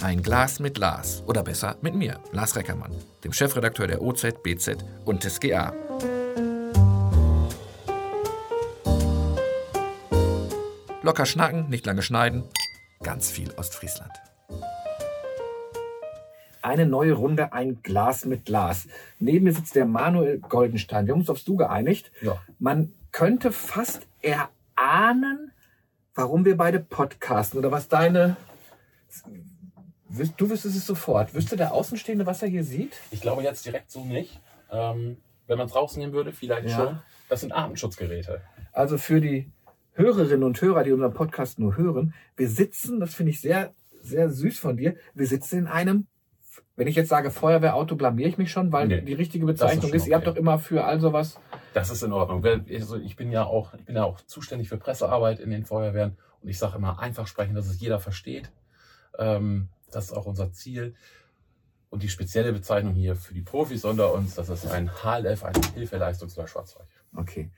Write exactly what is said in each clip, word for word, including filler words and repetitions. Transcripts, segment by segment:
Ein Glas mit Lars. Oder besser mit mir, Lars Reckermann, dem Chefredakteur der O Z, B Z und des G A. Locker schnacken, nicht lange schneiden. Ganz viel Ostfriesland. Eine neue Runde, ein Glas mit Lars. Neben mir sitzt der Manuel Goldenstein. Wir haben uns aufs Du geeinigt. Ja. Man könnte fast erahnen, warum wir beide podcasten oder was deine... Du wüsstest es sofort. Wüsste der Außenstehende, was er hier sieht? Ich glaube jetzt direkt so nicht. Ähm, wenn man es rausnehmen würde, vielleicht Ja. schon. Das sind Atemschutzgeräte. Also für die Hörerinnen und Hörer, die unseren Podcast nur hören, wir sitzen, das finde ich sehr, sehr süß von dir, wir sitzen in einem, wenn ich jetzt sage Feuerwehrauto, blamiere ich mich schon, weil Nee, die richtige Bezeichnung das ist ist, schon ihr habt okay. doch immer für all sowas... Das ist in Ordnung. Weil, Also ich bin ja auch, ich bin ja auch zuständig für Pressearbeit in den Feuerwehren und ich sage immer, einfach sprechen, dass es jeder versteht. Ähm, das ist auch unser Ziel. Und die spezielle Bezeichnung hier für die Profis unter uns, das ist ein H L F, ein Hilfeleistungslöschfahrzeug. Okay.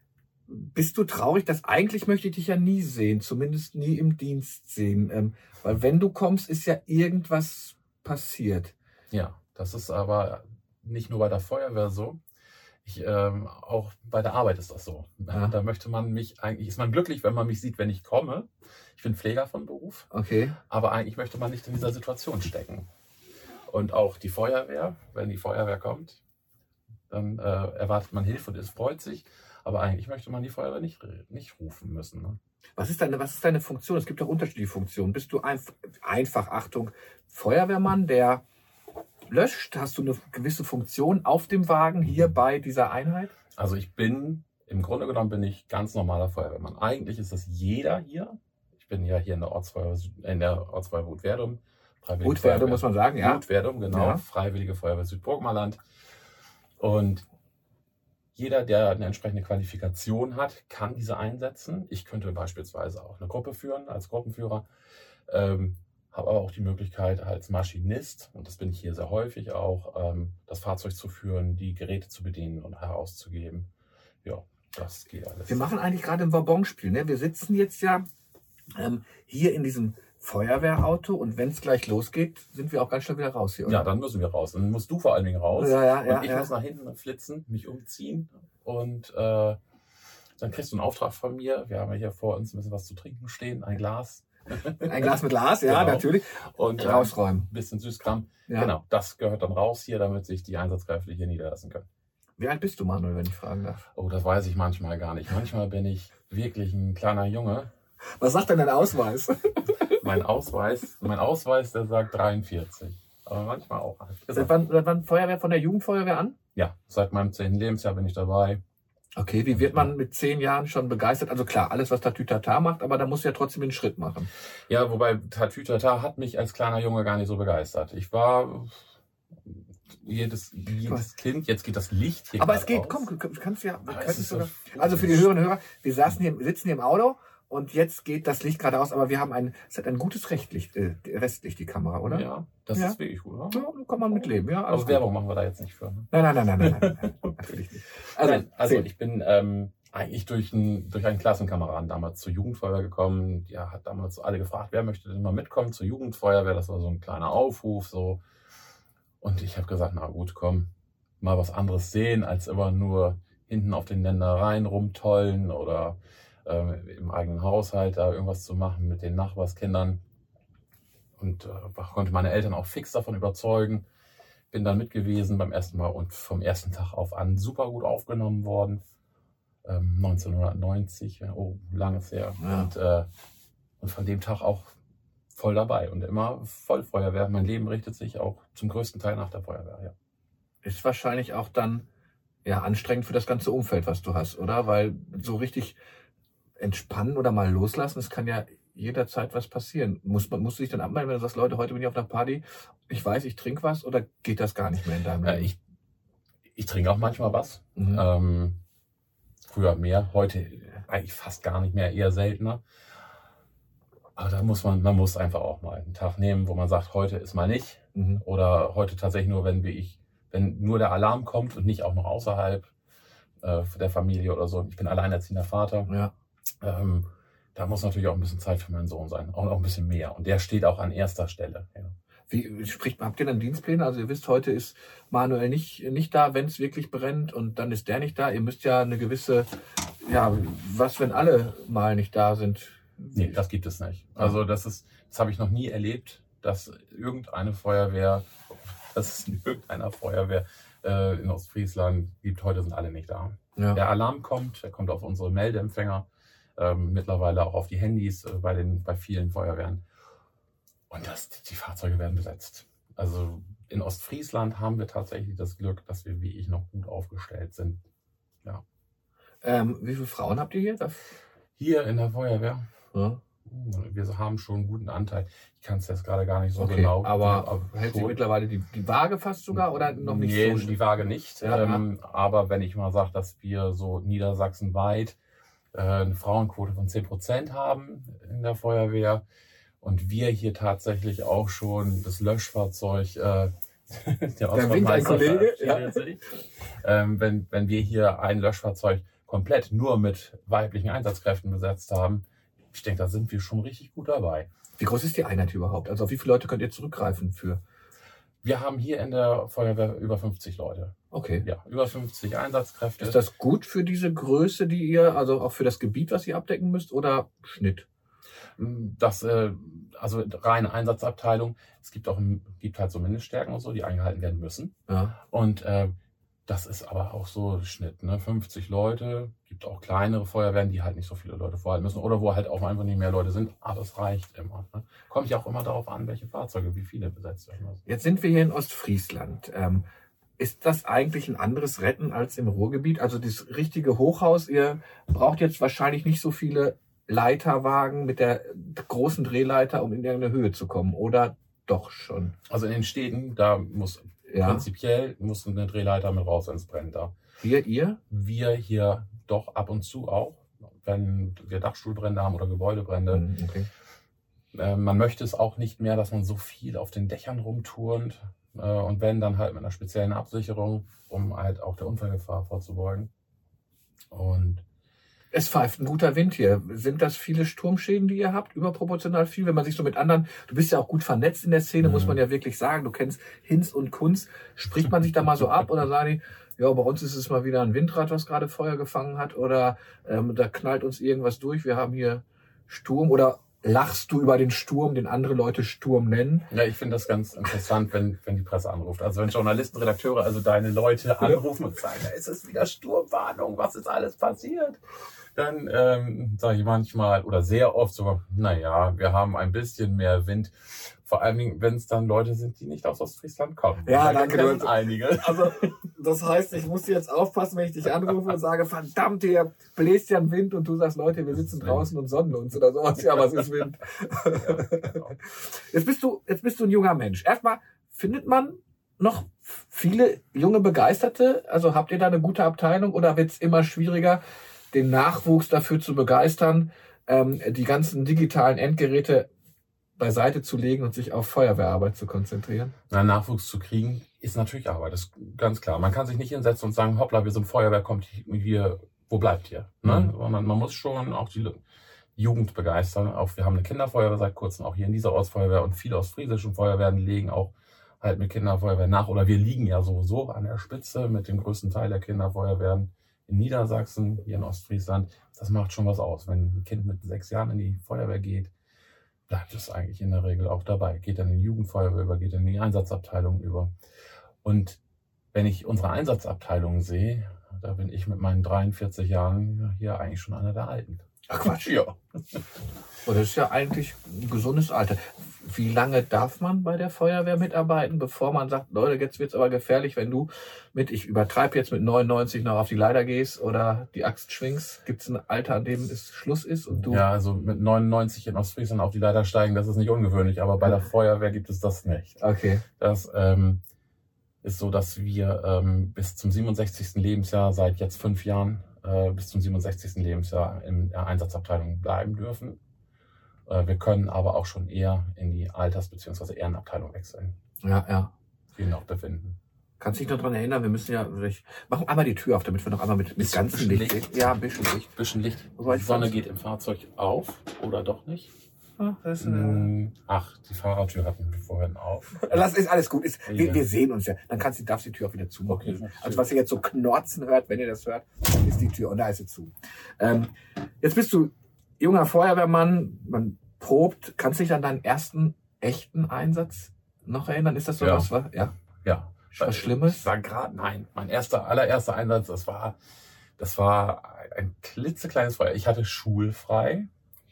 Bist du traurig, dass eigentlich möchte ich dich ja nie sehen, zumindest nie im Dienst sehen, ähm, weil wenn du kommst, ist ja irgendwas passiert. Ja, das ist aber nicht nur bei der Feuerwehr so. Ich, ähm, auch bei der Arbeit ist das so. Ja. Da möchte man mich eigentlich, ist man glücklich, wenn man mich sieht, wenn ich komme. Ich bin Pfleger von Beruf, Okay. aber eigentlich möchte man nicht in dieser Situation stecken. Und auch die Feuerwehr, wenn die Feuerwehr kommt, dann äh, erwartet man Hilfe und es freut sich. Aber eigentlich möchte man die Feuerwehr nicht, nicht rufen müssen. Ne? Was ist deine, was ist deine Funktion? Es gibt doch unterschiedliche Funktionen. Bist du einf- einfach, Achtung, Feuerwehrmann, der löscht? Hast du eine gewisse Funktion auf dem Wagen hier bei dieser Einheit? Also ich bin, im Grunde genommen bin ich ganz normaler Feuerwehrmann. Eigentlich ist das jeder hier. Ich bin ja hier in der Ortsfeuerwehr, in der Ortsfeuerwehr Wutwerdum. Wutwerdum muss man sagen, ja. Wutwerdum, genau. Ja. Freiwillige Feuerwehr Südburgenland. Und jeder, der eine entsprechende Qualifikation hat, kann diese einsetzen. Ich könnte beispielsweise auch eine Gruppe führen als Gruppenführer. Ähm, habe aber auch die Möglichkeit als Maschinist, und das bin ich hier sehr häufig auch, ähm, das Fahrzeug zu führen, die Geräte zu bedienen und herauszugeben. Ja, das geht alles. Wir machen eigentlich gerade ein Wabonspiel. Ne? Wir sitzen jetzt ja ähm, hier in diesem Feuerwehrauto und wenn es gleich losgeht, sind wir auch ganz schnell wieder raus hier. Oder? Ja, dann müssen wir raus. Dann musst du vor allen Dingen raus. Ja, ja, ja, und ich ja. muss nach hinten flitzen, mich umziehen. Und äh, dann kriegst du einen Auftrag von mir. Wir haben ja hier vor uns ein bisschen was zu trinken stehen, ein Glas. Ein Glas mit Glas, ja, Genau. natürlich. Und äh, Rausräumen. ein bisschen Süßkram. Ja. Genau, das gehört dann raus hier, damit sich die Einsatzkräfte hier niederlassen können. Wie alt bist du, Manuel, wenn ich fragen darf? Oh, das weiß ich manchmal gar nicht. Manchmal bin ich wirklich ein kleiner Junge. Was sagt denn dein Ausweis? Mein Ausweis, mein Ausweis, der sagt dreiundvierzig. Aber manchmal auch alt. Seit wann, seit wann Feuerwehr von der Jugendfeuerwehr an? Ja, seit meinem zehnten Lebensjahr bin ich dabei. Okay, wie wird man mit zehn Jahren schon begeistert? Also klar, alles, was Tatütata macht, aber da musst du ja trotzdem den Schritt machen. Ja, wobei Tatütata hat mich als kleiner Junge gar nicht so begeistert. Ich war jedes, jedes Kind, jetzt geht das Licht hier Aber gerade es geht, aus. komm, du kannst ja, wir Aber es könnten ist sogar, so- also für die Hörerinnen und Hörer, wir saßen hier, sitzen hier im Auto und jetzt geht das Licht gerade aus, aber wir haben ein, es hat ein gutes Rechtlicht, äh, Restlicht, die Kamera, oder? Ja, das Ja. ist wirklich gut, oder? Ja, kann man mitleben, ja. alles Aber gut. Werbung machen wir da jetzt nicht für. Ne? Nein, nein, nein, nein, nein, nein, nein, natürlich nicht. Also, Also, also erzähl. ich bin ähm, eigentlich durch, ein, durch einen Klassenkameraden damals zur Jugendfeuerwehr gekommen. Der hat damals alle gefragt, wer möchte denn mal mitkommen zur Jugendfeuerwehr. Das war so ein kleiner Aufruf. so. Und ich habe gesagt, na gut, komm, mal was anderes sehen, als immer nur hinten auf den Ländereien rumtollen oder ähm, im eigenen Haushalt da irgendwas zu machen mit den Nachbarskindern. Und äh, konnte meine Eltern auch fix davon überzeugen. Bin dann mit gewesen beim ersten Mal und vom ersten Tag auf an super gut aufgenommen worden. Ähm, neunzehnhundertneunzig, ja, oh, langes her. Ja. Und, äh, und von dem Tag auch voll dabei und immer voll Feuerwehr. Mein Leben richtet sich auch zum größten Teil nach der Feuerwehr. Ja. Ist wahrscheinlich auch dann ja anstrengend für das ganze Umfeld, was du hast, oder? Weil so richtig entspannen oder mal loslassen, es kann ja jederzeit was passieren. Muss man musst du dich dann abmelden, wenn du sagst, Leute, heute bin ich auf einer Party, ich weiß, ich trinke was, oder geht das gar nicht mehr in deinem Äh, Leben? ich, ich trinke auch manchmal was. Mhm. Ähm, früher mehr, heute eigentlich fast gar nicht mehr, eher seltener. Aber da muss man, man muss einfach auch mal einen Tag nehmen, wo man sagt, heute ist mal nicht. Mhm. Oder heute tatsächlich nur, wenn wie ich, wenn nur der Alarm kommt und nicht auch noch außerhalb äh, der Familie oder so. Ich bin alleinerziehender Vater. Ja. Ähm, da muss natürlich auch ein bisschen Zeit für meinen Sohn sein. Auch noch ein bisschen mehr. Und der steht auch an erster Stelle. Ja. Wie spricht man, habt ihr dann Dienstpläne? Also ihr wisst, heute ist Manuel nicht, nicht da, wenn es wirklich brennt und dann ist der nicht da. Ihr müsst ja eine gewisse, ja, was, wenn alle mal nicht da sind? Nee, das gibt es nicht. Also das ist, das habe ich noch nie erlebt, dass irgendeine Feuerwehr, dass es in irgendeiner Feuerwehr äh, in Ostfriesland gibt, heute sind alle nicht da. Ja. Der Alarm kommt, der kommt auf unsere Meldeempfänger, ähm, mittlerweile auch auf die Handys äh, bei, den, bei vielen Feuerwehren. Und das, die Fahrzeuge werden besetzt. Also in Ostfriesland haben wir tatsächlich das Glück, dass wir, wie ich, noch gut aufgestellt sind. Ja. Ähm, wie viele Frauen habt ihr hier? Das Hier in der Feuerwehr, ja. wir haben schon einen guten Anteil. Ich kann es jetzt gerade gar nicht so Okay, genau. aber, aber hält sich schon. mittlerweile die, die Waage fast sogar oder noch nicht Nee, so? die Waage nicht. Ja, ähm, aber wenn ich mal sage, dass wir so niedersachsenweit äh, eine Frauenquote von zehn Prozent haben in der Feuerwehr und wir hier tatsächlich auch schon das Löschfahrzeug, äh, der Da winkt ein Kollege. Ja. ähm, wenn, wenn wir hier ein Löschfahrzeug komplett nur mit weiblichen Einsatzkräften besetzt haben, ich denke, da sind wir schon richtig gut dabei. Wie groß ist die Einheit überhaupt? Also auf wie viele Leute könnt ihr zurückgreifen für? Wir haben hier in der Feuerwehr über fünfzig Leute. Okay. Ja, über fünfzig Einsatzkräfte. Ist das gut für diese Größe, die ihr, also auch für das Gebiet, was ihr abdecken müsst, oder Schnitt? Das, äh, also reine Einsatzabteilung. Es gibt auch gibt halt so Mindeststärken und so, die eingehalten werden müssen. Ja. Und äh, das ist aber auch so Schnitt, ne? fünfzig Leute. Gibt auch kleinere Feuerwehren, die halt nicht so viele Leute vorhalten müssen oder wo halt auch einfach nicht mehr Leute sind. Aber es reicht immer. Ne? Kommt ja auch immer darauf an, welche Fahrzeuge, wie viele besetzt werden müssen. Jetzt sind wir hier in Ostfriesland. Ähm, ist das eigentlich ein anderes Retten als im Ruhrgebiet? Also das richtige Hochhaus, ihr braucht jetzt wahrscheinlich nicht so viele Leiterwagen mit der großen Drehleiter, um in irgendeine Höhe zu kommen, oder doch schon? Also in den Städten, da muss Ja. prinzipiell muss eine Drehleiter mit raus ins Brenntag. Hier, ihr? Wir hier doch ab und zu auch, wenn wir Dachstuhlbrände haben oder Gebäudebrände. Mhm, okay. Äh, man möchte es auch nicht mehr, dass man so viel auf den Dächern rumturnt. Äh, und wenn, dann halt mit einer speziellen Absicherung, um halt auch der Unfallgefahr vorzubeugen. Und Es pfeift ein guter Wind hier. Sind das viele Sturmschäden, die ihr habt? Überproportional viel? Wenn man sich so mit anderen, du bist ja auch gut vernetzt in der Szene, Mhm. muss man ja wirklich sagen. Du kennst Hinz und Kunz. Spricht man sich da mal so ab oder sagen die, ja, bei uns ist es mal wieder ein Windrad, was gerade Feuer gefangen hat, oder ähm, da knallt uns irgendwas durch, wir haben hier Sturm, oder lachst du über den Sturm, den andere Leute Sturm nennen? ja, ich finde das ganz interessant, wenn, wenn die Presse anruft. Also wenn Journalisten, Redakteure, also deine Leute anrufen und sagen, es ist wieder Sturmwarnung, was ist alles passiert? Dann ähm, sage ich manchmal oder sehr oft sogar, naja, wir haben ein bisschen mehr Wind. Vor allen Dingen, wenn es dann Leute sind, die nicht aus Ostfriesland kommen. Ja, Da danke, kennen du- einige. Also, das heißt, ich muss jetzt aufpassen, wenn ich dich anrufe und sage, verdammt, hier bläst ja ein Wind und du sagst, Leute, wir sitzen draußen und sonnen uns oder sowas. Ja, was ist Wind? Ja, genau. Jetzt bist du, jetzt bist du ein junger Mensch. Erstmal, findet man noch viele junge Begeisterte? Also habt ihr da eine gute Abteilung oder wird es immer schwieriger, den Nachwuchs dafür zu begeistern, ähm, die ganzen digitalen Endgeräte beiseite zu legen und sich auf Feuerwehrarbeit zu konzentrieren? Na, Nachwuchs zu kriegen, ist natürlich Arbeit, das ist ganz klar. Man kann sich nicht hinsetzen und sagen, hoppla, wir sind Feuerwehr, kommt hier, wo bleibt ihr? Ne? Mhm. Sondern man muss schon auch die Jugend begeistern. Auch wir haben eine Kinderfeuerwehr seit kurzem, auch hier in dieser Ortsfeuerwehr, und viele ostfriesischen Feuerwehren legen auch halt mit Kinderfeuerwehr nach. Oder wir liegen ja sowieso an der Spitze mit dem größten Teil der Kinderfeuerwehren in Niedersachsen, hier in Ostfriesland. Das macht schon was aus. Wenn ein Kind mit sechs Jahren in die Feuerwehr geht, bleibt es eigentlich in der Regel auch dabei. Geht dann in die Jugendfeuerwehr über, geht dann in die Einsatzabteilung über. Und wenn ich unsere Einsatzabteilung sehe, da bin ich mit meinen dreiundvierzig Jahren hier eigentlich schon einer der Alten. Ach Quatsch. Ja. Und das ist ja eigentlich ein gesundes Alter. Wie lange darf man bei der Feuerwehr mitarbeiten, bevor man sagt, Leute, jetzt wird's aber gefährlich, wenn du mit, ich übertreibe jetzt mit neunundneunzig noch auf die Leiter gehst oder die Axt schwingst? Gibt's ein Alter, an dem es Schluss ist und du? Ja, also mit neunundneunzig in Ostfriesland auf die Leiter steigen, das ist nicht ungewöhnlich, aber bei der Feuerwehr gibt es das nicht. Okay. Das ähm, ist so, dass wir ähm, bis zum siebenundsechzigsten Lebensjahr, seit jetzt fünf Jahren, äh, bis zum siebenundsechzigsten Lebensjahr in der Einsatzabteilung bleiben dürfen. Äh, wir können aber auch schon eher in die Alters- bzw. Ehrenabteilung wechseln, Ja, ja. je nach Befinden. Kannst dich noch dran erinnern, wir müssen ja, ich, machen einmal die Tür auf, damit wir noch einmal mit, mit Bisschen ganzem Licht Licht. sehen. Ja, ein bisschen Licht. Bisschen Licht. Wobei Die ich Sonne weiß- geht im Fahrzeug auf oder doch nicht? Ach, das ist, äh, Ach, die Fahrertür hatten wir vorhin auf. Lass, ist alles gut. Ist, Ja. wir, wir sehen uns ja. Dann kannst du, darfst du die Tür auch wieder zumachen. Okay. Also was ihr jetzt so knorzen hört, wenn ihr das hört, ist die Tür und da ist sie zu. Ähm, jetzt bist du junger Feuerwehrmann, man probt. Kannst du dich an deinen ersten echten Einsatz noch erinnern? Ist das so Ja. was? War? Ja. Ja. Was Schlimmes? Das war gerade, nein, mein erster, allererster Einsatz, das war, das war ein klitzekleines Feuer. Ich hatte schulfrei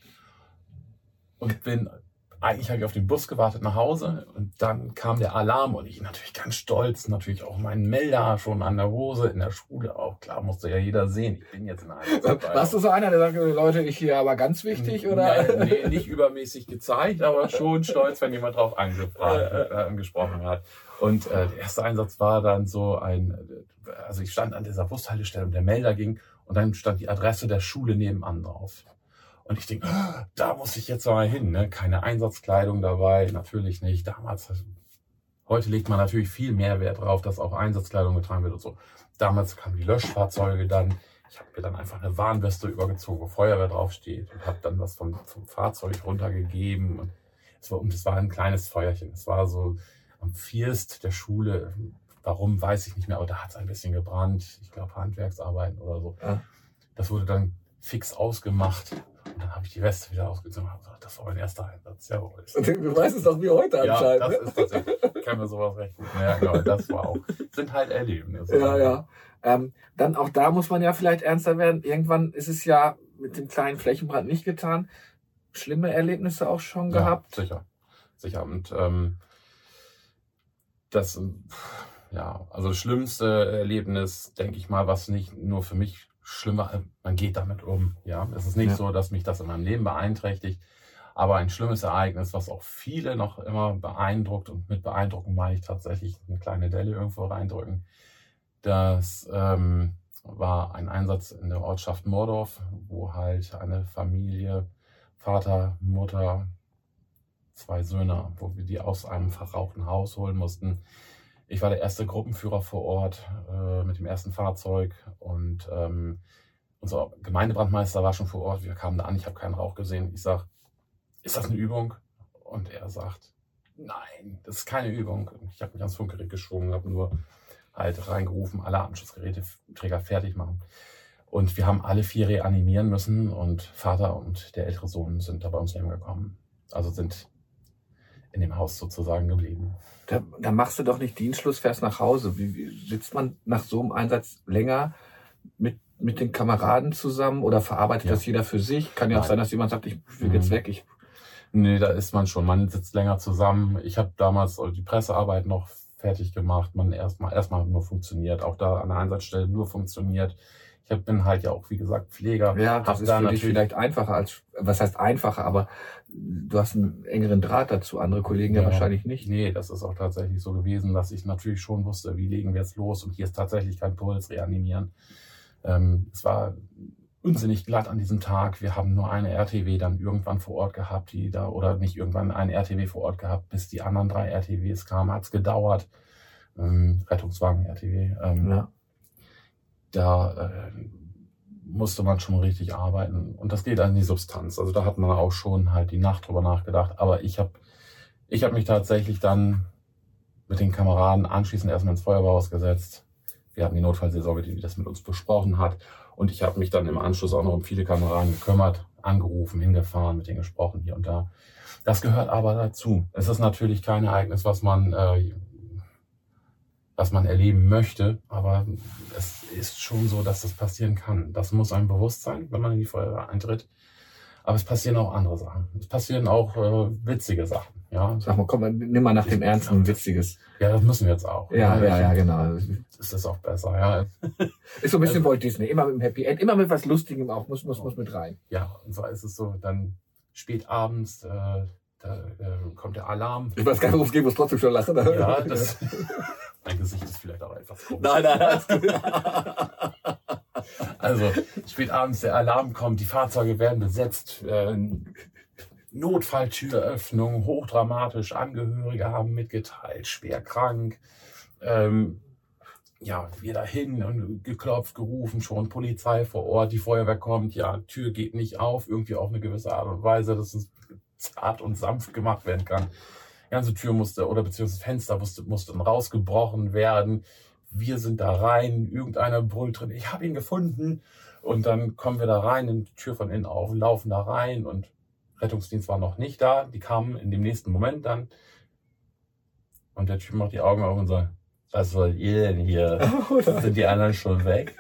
und bin, eigentlich habe ich auf den Bus gewartet nach Hause und dann kam der Alarm und ich natürlich ganz stolz, natürlich auch meinen Melder schon an der Hose in der Schule auch. Klar, musste ja jeder sehen, ich bin jetzt in einer. Warst du so einer, der sagt, Leute, ich hier aber ganz wichtig, oder? Nein, nee, nicht übermäßig gezeigt, aber schon stolz, wenn jemand drauf angefragt, äh, angesprochen hat. Und äh, der erste Einsatz war dann so ein, also ich stand an dieser Bushaltestelle und der Melder ging und dann stand die Adresse der Schule nebenan drauf. Und ich denke, oh, da muss ich jetzt mal hin, ne? Keine Einsatzkleidung dabei, natürlich nicht. Damals, heute legt man natürlich viel mehr Wert drauf, dass auch Einsatzkleidung getragen wird und so. Damals kamen die Löschfahrzeuge dann. Ich habe mir dann einfach eine Warnweste übergezogen, wo Feuerwehr draufsteht und habe dann was vom, vom Fahrzeug runtergegeben. Und es war, und es war ein kleines Feuerchen. Es war so am First der Schule. Warum, weiß ich nicht mehr, aber da hat es ein bisschen gebrannt. Ich glaube, Handwerksarbeiten oder so. Ja. Das wurde dann fix ausgemacht. Und dann habe ich die Weste wieder ausgezogen und gesagt, das war mein erster Einsatz. Jawohl. Du weißt es doch wie heute Ja, anscheinend. das ne? ist tatsächlich, ich kann mir sowas recht gut merken, aber das war auch, sind halt Erlebnisse. Ja, ja. Ähm, dann auch da muss man ja vielleicht ernster werden. Irgendwann ist es ja mit dem kleinen Flächenbrand nicht getan. Schlimme Erlebnisse auch schon Ja, gehabt. sicher, sicher. Und ähm, das, ja, also das schlimmste Erlebnis, denke ich mal, was nicht nur für mich schlimm war, man geht damit um. Ja, es ist nicht Ja. so, dass mich das in meinem Leben beeinträchtigt, aber ein schlimmes Ereignis, was auch viele noch immer beeindruckt, und mit beeindrucken meine ich tatsächlich eine kleine Delle irgendwo reindrücken. Das ähm, war ein Einsatz in der Ortschaft Mordorf, wo halt eine Familie, Vater, Mutter, zwei Söhne, wo wir die aus einem verrauchten Haus holen mussten. Ich war der erste Gruppenführer vor Ort äh, mit dem ersten Fahrzeug und ähm, unser Gemeindebrandmeister war schon vor Ort. Wir kamen da an, ich habe keinen Rauch gesehen. Ich sage, ist das eine Übung? Und er sagt, nein, das ist keine Übung. Ich habe mich ans Funkgerät geschwungen, habe nur halt reingerufen, alle Anschlussgeräteträger fertig machen. Und wir haben alle vier reanimieren müssen und Vater und der ältere Sohn sind da bei uns gekommen. Also sind in dem Haus sozusagen geblieben. Da, da machst du doch nicht Dienstschluss, fährst nach Hause. Wie, wie sitzt man nach so einem Einsatz länger mit, mit den Kameraden zusammen oder verarbeitet Ja. das jeder für sich? Kann ja auch Nein. sein, dass jemand sagt, ich fliege jetzt Mhm. weg. Ich, Nee, da ist man schon. Man sitzt länger zusammen. Ich habe damals die Pressearbeit noch fertig gemacht. Man erstmal erstmal nur funktioniert. Auch da an der Einsatzstelle nur funktioniert. Ich hab, bin halt ja auch, wie gesagt, Pfleger. ja, das Hab ist da für dich natürlich- vielleicht einfacher als, was heißt einfacher, aber du hast einen engeren Draht dazu. Andere Kollegen ja, Ja. wahrscheinlich nicht. Nee, das ist auch tatsächlich so gewesen, dass ich natürlich schon wusste, wie legen wir jetzt los. Und hier ist tatsächlich kein Puls, reanimieren. Ähm, es war unsinnig glatt an diesem Tag. Wir haben nur eine R T W dann irgendwann vor Ort gehabt, die da, oder nicht irgendwann eine R T W vor Ort gehabt, bis die anderen drei R T Ws kamen, hat's gedauert. Ähm, Rettungswagen R T W. Ähm, Ja. Da äh, musste man schon richtig arbeiten. Und das geht an die Substanz. Also da hat man auch schon halt die Nacht drüber nachgedacht. Aber ich habe ich hab mich tatsächlich dann mit den Kameraden anschließend erstmal ins Feuerwehrhaus gesetzt. Wir hatten die Notfallseelsorge, die das mit uns besprochen hat. Und ich habe mich dann im Anschluss auch noch um viele Kameraden gekümmert, angerufen, hingefahren, mit denen gesprochen, hier und da. Das gehört aber dazu. Es ist natürlich kein Ereignis, was man, äh, was man erleben möchte, aber es ist schon so, dass das passieren kann. Das muss einem bewusst sein, wenn man in die Feuerwehr eintritt. Aber es passieren auch andere Sachen. Es passieren auch äh, witzige Sachen. Ja, Sag mal, komm, nimm mal nach dem Ernsten ein witziges. ja, das müssen wir jetzt auch. Ja, ja, ja, genau. Das ist auch besser. Ja, Ist so ein bisschen Walt Disney. Immer mit dem Happy End, immer mit was Lustigem auch. Muss, muss, muss mit rein. ja, und zwar ist es so, dann spät abends, äh, da äh, kommt der Alarm. Ich weiß gar nicht, worum es geht, muss trotzdem schon lachen. Ja, das, mein Gesicht ist vielleicht auch etwas komisch. Nein, nein, alles gut. Also, spät abends der Alarm kommt, die Fahrzeuge werden besetzt, äh, Notfalltüröffnung, hochdramatisch, Angehörige haben mitgeteilt, schwer krank. Ähm, ja, wir dahin und geklopft, gerufen, schon Polizei vor Ort, die Feuerwehr kommt, ja, Tür geht nicht auf, irgendwie auf eine gewisse Art und Weise, das ist zart und sanft gemacht werden kann. Die ganze Tür musste, oder beziehungsweise das Fenster musste, musste dann rausgebrochen werden. Wir sind da rein, irgendeiner brüllt drin, ich habe ihn gefunden. Und dann kommen wir da rein, die Tür von innen auf, laufen da rein und Rettungsdienst war noch nicht da. Die kamen in dem nächsten Moment dann. Und der Typ macht die Augen auf und sagt, was wollt ihr denn hier? Sind die anderen schon weg?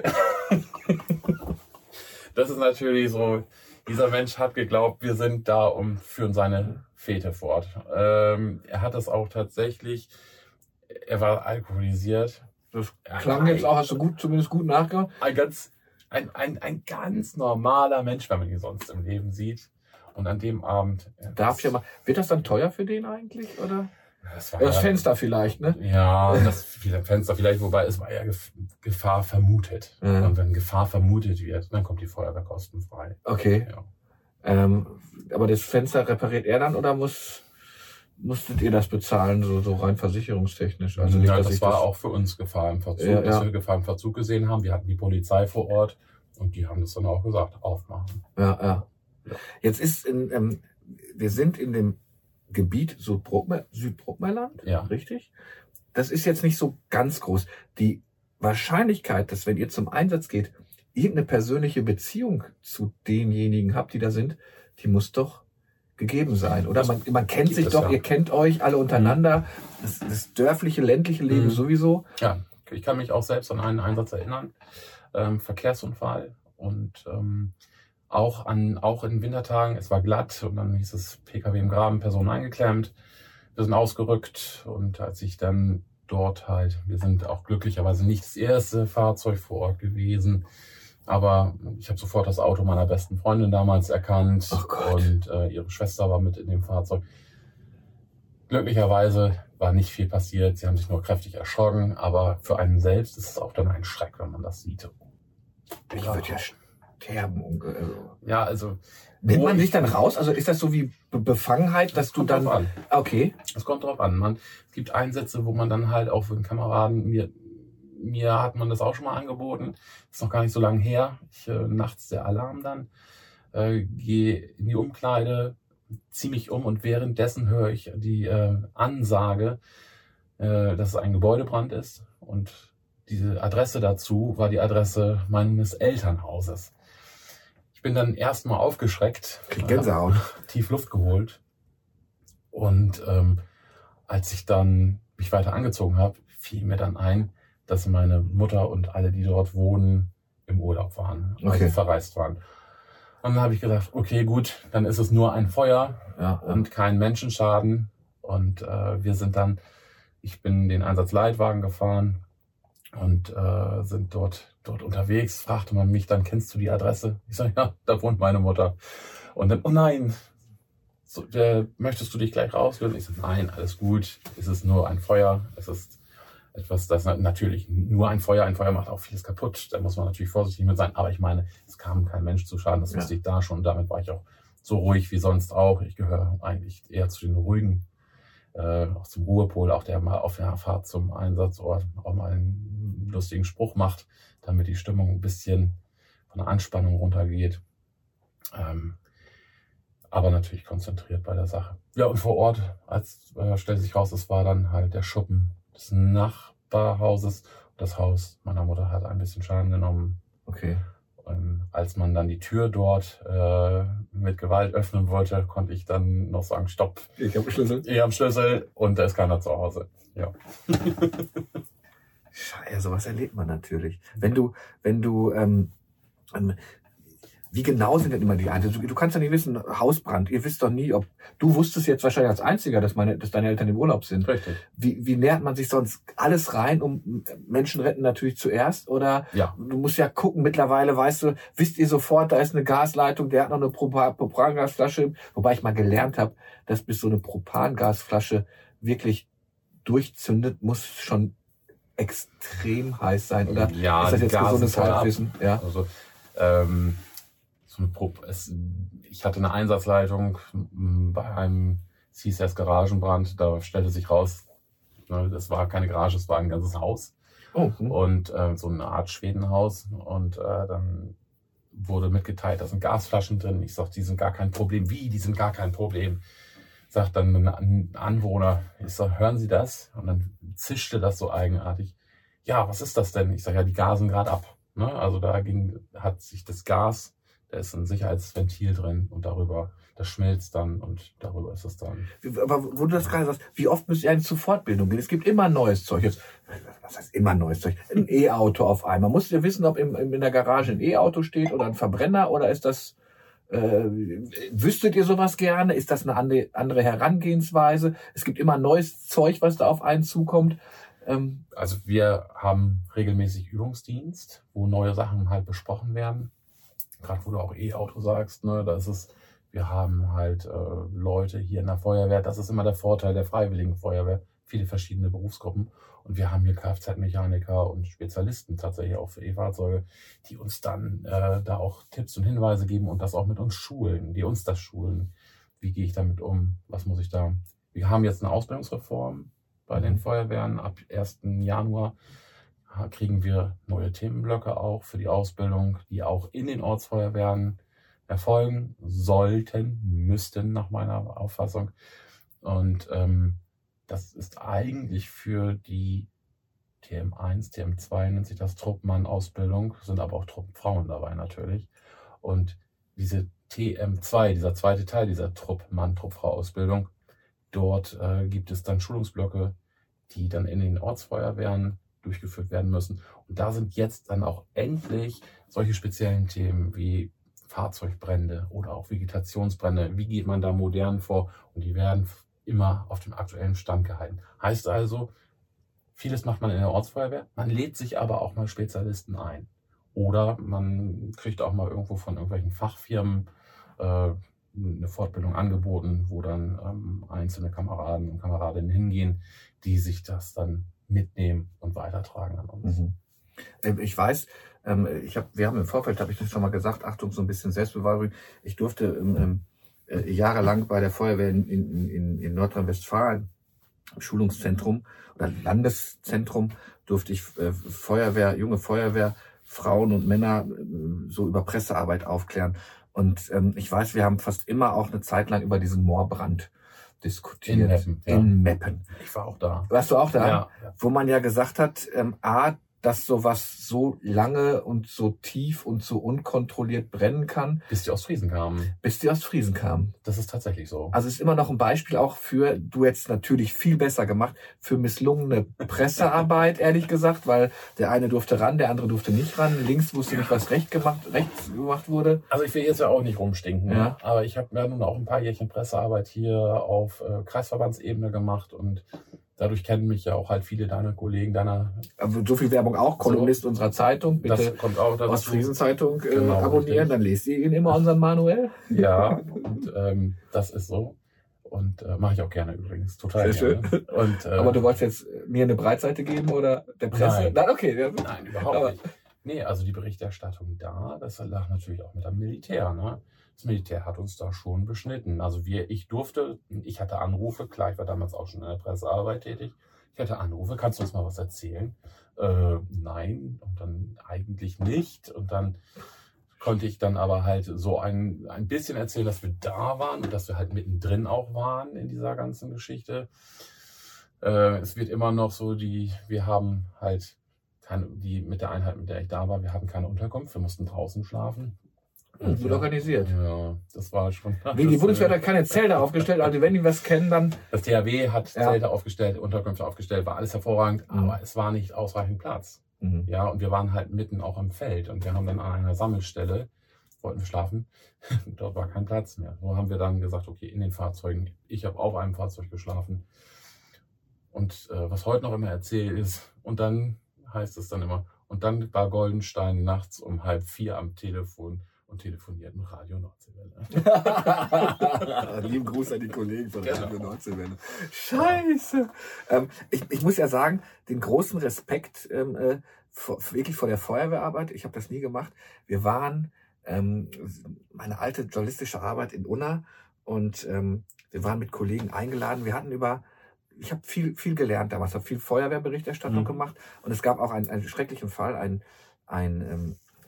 Das ist natürlich so, dieser Mensch hat geglaubt, wir sind da und führen seine Fete fort. Ähm, er hat das auch tatsächlich, er war alkoholisiert. Das klang jetzt auch, hast du gut, zumindest gut nachgehört? Ein ganz, ein, ein, ein ganz normaler Mensch, wenn man ihn sonst im Leben sieht. Und an dem Abend... Darf ich ja mal, wird das dann teuer für den eigentlich, oder? Das, war das ja, Fenster vielleicht, ne? Ja, das Fenster vielleicht, wobei es war ja Gefahr vermutet. Ja. Und wenn Gefahr vermutet wird, dann kommt die Feuerwehr kostenfrei. Okay. Ja. Ähm, aber das Fenster repariert er dann oder muss, musstet ihr das bezahlen, so, so rein versicherungstechnisch? Also nicht, ja, dass das ich war das auch für uns Gefahr im Verzug, Ja, dass ja. wir Gefahr im Verzug gesehen haben. Wir hatten die Polizei vor Ort und die haben das dann auch gesagt, aufmachen. Ja, ja. Ja. Jetzt ist in, ähm, wir sind in dem Gebiet Südbruckmer, Südbruckmerland, Ja. richtig? Das ist jetzt nicht so ganz groß. Die Wahrscheinlichkeit, dass wenn ihr zum Einsatz geht, irgendeine persönliche Beziehung zu denjenigen habt, die da sind, die muss doch gegeben sein, oder? Das Man, man kennt gibt sich es, doch, ja. ihr kennt euch alle untereinander. Das, das dörfliche, ländliche Leben Mhm. sowieso. Ja, ich kann mich auch selbst an einen Einsatz erinnern. Ähm, Verkehrsunfall und ähm, auch an auch in Wintertagen, es war glatt und dann hieß es P K W im Graben, Person eingeklemmt. Wir sind ausgerückt und als ich dann dort halt, wir sind auch glücklicherweise nicht das erste Fahrzeug vor Ort gewesen, aber ich habe sofort das Auto meiner besten Freundin damals erkannt Oh Gott. und äh, ihre Schwester war mit in dem Fahrzeug. Glücklicherweise war nicht viel passiert, sie haben sich nur kräftig erschrocken, aber für einen selbst ist es auch dann ein Schreck, wenn man das sieht. Ich würde ja sterben. und, Also. Ja, also Nimmt wo man ich- sich dann raus? Also ist das so wie Be- Befangenheit, dass Es du kommt dann... drauf an. Okay. Es kommt drauf an. Man, es gibt Einsätze, wo man dann halt auch für den Kameraden, mir, mir hat man das auch schon mal angeboten, ist noch gar nicht so lange her. Ich, äh, nachts der Alarm dann, äh, gehe in die Umkleide, ziehe mich um und währenddessen höre ich die äh, Ansage, äh, dass es ein Gebäudebrand ist und diese Adresse dazu war die Adresse meines Elternhauses. Ich bin dann erstmal aufgeschreckt, Krieg Gänsehaut. tief Luft geholt und ähm, als ich dann mich weiter angezogen habe, fiel mir dann ein, dass meine Mutter und alle, die dort wohnen, im Urlaub waren, also Okay. verreist waren. Und dann habe ich gedacht, okay, gut, dann ist es nur ein Feuer Ja, und kein Menschenschaden. Und äh, wir sind dann, ich bin den Einsatzleitwagen gefahren und äh, sind dort dort unterwegs. Fragte man mich dann, kennst du die Adresse? Ich sage, ja, da wohnt meine Mutter. Und dann, oh nein, so, äh, möchtest du dich gleich rauslösen? Ich sage, nein, alles gut. Es ist nur ein Feuer. Es ist etwas, das natürlich nur ein Feuer. Ein Feuer macht auch vieles kaputt. Da muss man natürlich vorsichtig mit sein. Aber ich meine, es kam kein Mensch zu Schaden. Das Ja. wusste ich da schon. Damit war ich auch so ruhig wie sonst auch. Ich gehöre eigentlich eher zu den ruhigen, äh, auch zum Ruhepol, auch der mal auf der Fahrt zum Einsatzort auch mal einen lustigen Spruch macht, damit die Stimmung ein bisschen von der Anspannung runtergeht. Ähm, aber natürlich konzentriert bei der Sache. Ja, und vor Ort, als äh, stellte sich raus, es war dann halt der Schuppen des Nachbarhauses. Das Haus meiner Mutter hat ein bisschen Schaden genommen. okay. Ähm, als man dann die Tür dort äh, mit Gewalt öffnen wollte, konnte ich dann noch sagen, stopp, Ich habe Schlüssel. ich habe Schlüssel und da ist keiner zu Hause. Ja. Ja, sowas erlebt man natürlich. Wenn du, wenn du, ähm, ähm, wie genau sind denn immer die Einsätze? Du, du kannst ja nicht wissen, Hausbrand, ihr wisst doch nie, ob, du wusstest jetzt wahrscheinlich als Einziger, dass meine, dass deine Eltern im Urlaub sind. Richtig. Wie, wie nähert man sich sonst alles rein, um Menschen retten natürlich zuerst? Oder Ja. du musst ja gucken, mittlerweile weißt du, wisst ihr sofort, da ist eine Gasleitung, der hat noch eine Propa- Propangasflasche, wobei ich mal gelernt habe, dass bis so eine Propangasflasche wirklich durchzündet, muss schon extrem heiß sein, oder? Ja, ist das die jetzt Gase gesundes voll ab. Halbwissen? Ja. Also, ähm, so eine Pro es, ich hatte eine Einsatzleitung m, bei einem, es hieß erst Garagenbrand, da stellte sich raus, ne, das war keine Garage, es war ein ganzes Haus Oh, hm. und äh, so eine Art Schwedenhaus und äh, dann wurde mitgeteilt, da sind Gasflaschen drin. Ich sage, die sind gar kein Problem. Wie, die sind gar kein Problem? Sagt dann ein Anwohner, ich sage, hören Sie das? Und dann zischte das so eigenartig. Ja, was ist das denn? Ich sage, ja, die gasen gerade ab. Ne? Also da ging, hat sich das Gas, da ist ein Sicherheitsventil drin und darüber, das schmilzt dann und darüber ist es dann. Aber wo du das gerade sagst, wie oft müsst ihr eigentlich zur Fortbildung gehen? Es gibt immer neues Zeug. Jetzt, was heißt immer neues Zeug? Ein E-Auto auf einmal. Musst ihr wissen, ob im, in der Garage ein E-Auto steht oder ein Verbrenner oder ist das, äh, wüsstet ihr sowas gerne? Ist das eine andere, andere Herangehensweise? Es gibt immer neues Zeug, was da auf einen zukommt. Ähm, also wir haben regelmäßig Übungsdienst, wo neue Sachen halt besprochen werden. Gerade wo du auch E-Auto sagst, ne, da ist es, wir haben halt äh, Leute hier in der Feuerwehr, das ist immer der Vorteil der Freiwilligen Feuerwehr, viele verschiedene Berufsgruppen und wir haben hier Kfz-Mechaniker und Spezialisten tatsächlich auch für E-Fahrzeuge, die uns dann äh, da auch Tipps und Hinweise geben und das auch mit uns schulen, die uns das schulen. Wie gehe ich damit um? Was muss ich da? Wir haben jetzt eine Ausbildungsreform bei den Feuerwehren. Ab ersten Januar kriegen wir neue Themenblöcke auch für die Ausbildung, die auch in den Ortsfeuerwehren erfolgen sollten, müssten nach meiner Auffassung. Und ähm, das ist eigentlich für die T M eins, T M zwei nennt sich das Truppmann-Ausbildung, sind aber auch Truppfrauen dabei natürlich. Und diese T M zwei, dieser zweite Teil dieser Truppmann, Truppfrau-Ausbildung, dort äh, gibt es dann Schulungsblöcke, die dann in den Ortsfeuerwehren durchgeführt werden müssen. Und da sind jetzt dann auch endlich solche speziellen Themen wie Fahrzeugbrände oder auch Vegetationsbrände. Wie geht man da modern vor? Und die werden immer auf dem aktuellen Stand gehalten. Heißt also, vieles macht man in der Ortsfeuerwehr. Man lädt sich aber auch mal Spezialisten ein. Oder man kriegt auch mal irgendwo von irgendwelchen Fachfirmen äh, eine Fortbildung angeboten, wo dann ähm, einzelne Kameraden und Kameradinnen hingehen, die sich das dann mitnehmen und weitertragen an uns. Mhm. Ich weiß, ich hab, wir haben im Vorfeld, habe ich das schon mal gesagt, Achtung, so ein bisschen Selbstbeweihräucherung. Ich durfte ähm, äh, jahrelang bei der Feuerwehr in, in, in, in Nordrhein-Westfalen, im Schulungszentrum oder Landeszentrum, durfte ich äh, Feuerwehr, junge Feuerwehr, Frauen und Männer äh, so über Pressearbeit aufklären. Und ähm, ich weiß, wir haben fast immer auch eine Zeit lang über diesen Moorbrand diskutiert. In Meppen. Ja. In Meppen. Ich war auch da. Warst du auch da? Ja, ja. Wo man ja gesagt hat, ähm, A, dass sowas so lange und so tief und so unkontrolliert brennen kann. Bis die Ostfriesen kamen. Bis die Ostfriesen kamen. Das ist tatsächlich so. Also es ist immer noch ein Beispiel auch für, du hättest natürlich viel besser gemacht, für misslungene Pressearbeit, ehrlich gesagt, weil der eine durfte ran, der andere durfte nicht ran. Links wusste nicht, was recht gemacht, rechts gemacht wurde. Also ich will jetzt ja auch nicht rumstinken, Ja. ne? Aber ich habe ja nun auch ein paar Jährchen Pressearbeit hier auf äh, Kreisverbandsebene gemacht und dadurch kennen mich ja auch halt viele deiner Kollegen, deiner... Aber so viel Werbung auch, Kolumnist so, unserer Zeitung, bitte das kommt auch dazu. Ostfriesen-Zeitung äh, Genau, abonnieren, richtig. dann lest ihr ihn immer, unseren Manuel. Ja, und ähm, das ist so. Und äh, mache ich auch gerne übrigens, total Sehr gerne. schön. Und, äh, Aber du wolltest jetzt mir eine Breitseite geben oder der Presse? Nein. Nein, okay. Ja. Nein, überhaupt Aber- nicht. Nee, also die Berichterstattung da, das lag natürlich auch mit dem Militär. Ne? Das Militär hat uns da schon beschnitten. Also wir, ich durfte, ich hatte Anrufe, klar, ich war damals auch schon in der Pressearbeit tätig. Ich hatte Anrufe, kannst du uns mal was erzählen? Äh, nein, und dann eigentlich nicht. Und dann konnte ich dann aber halt so ein, ein bisschen erzählen, dass wir da waren und dass wir halt mittendrin auch waren in dieser ganzen Geschichte. Äh, es wird immer noch so, die, wir haben halt keine, die mit der Einheit, mit der ich da war, wir hatten keine Unterkunft, wir mussten draußen schlafen. Hm, gut organisiert. Ja, das war schon. Wie, die das, Bundeswehr äh, hat keine Zelte aufgestellt, also wenn die was kennen, dann... Das T H W hat Ja. Zelte aufgestellt, Unterkünfte aufgestellt, war alles hervorragend, Mhm. aber es war nicht ausreichend Platz. Mhm. Ja, und wir waren halt mitten auch am Feld und wir haben dann an einer Sammelstelle, wollten wir schlafen, dort war kein Platz mehr. So haben wir dann gesagt, okay, in den Fahrzeugen, ich habe auf einem Fahrzeug geschlafen. Und äh, was heute noch immer erzählt ist, und dann heißt es dann immer, und dann war Goldenstein nachts um halb vier am Telefon und telefoniert mit Radio Nordseewelle. Lieben Gruß an die Kollegen von Genau. Radio Nordseewelle. Scheiße. Ähm, ich, ich muss ja sagen, den großen Respekt ähm, äh, vor, wirklich vor der Feuerwehrarbeit. Ich habe das nie gemacht. Wir waren, ähm, meine alte journalistische Arbeit in Unna und ähm, wir waren mit Kollegen eingeladen. Wir hatten über, ich habe viel, viel gelernt damals, habe viel Feuerwehrberichterstattung Mhm. gemacht und es gab auch einen, einen schrecklichen Fall, ein, ein ähm,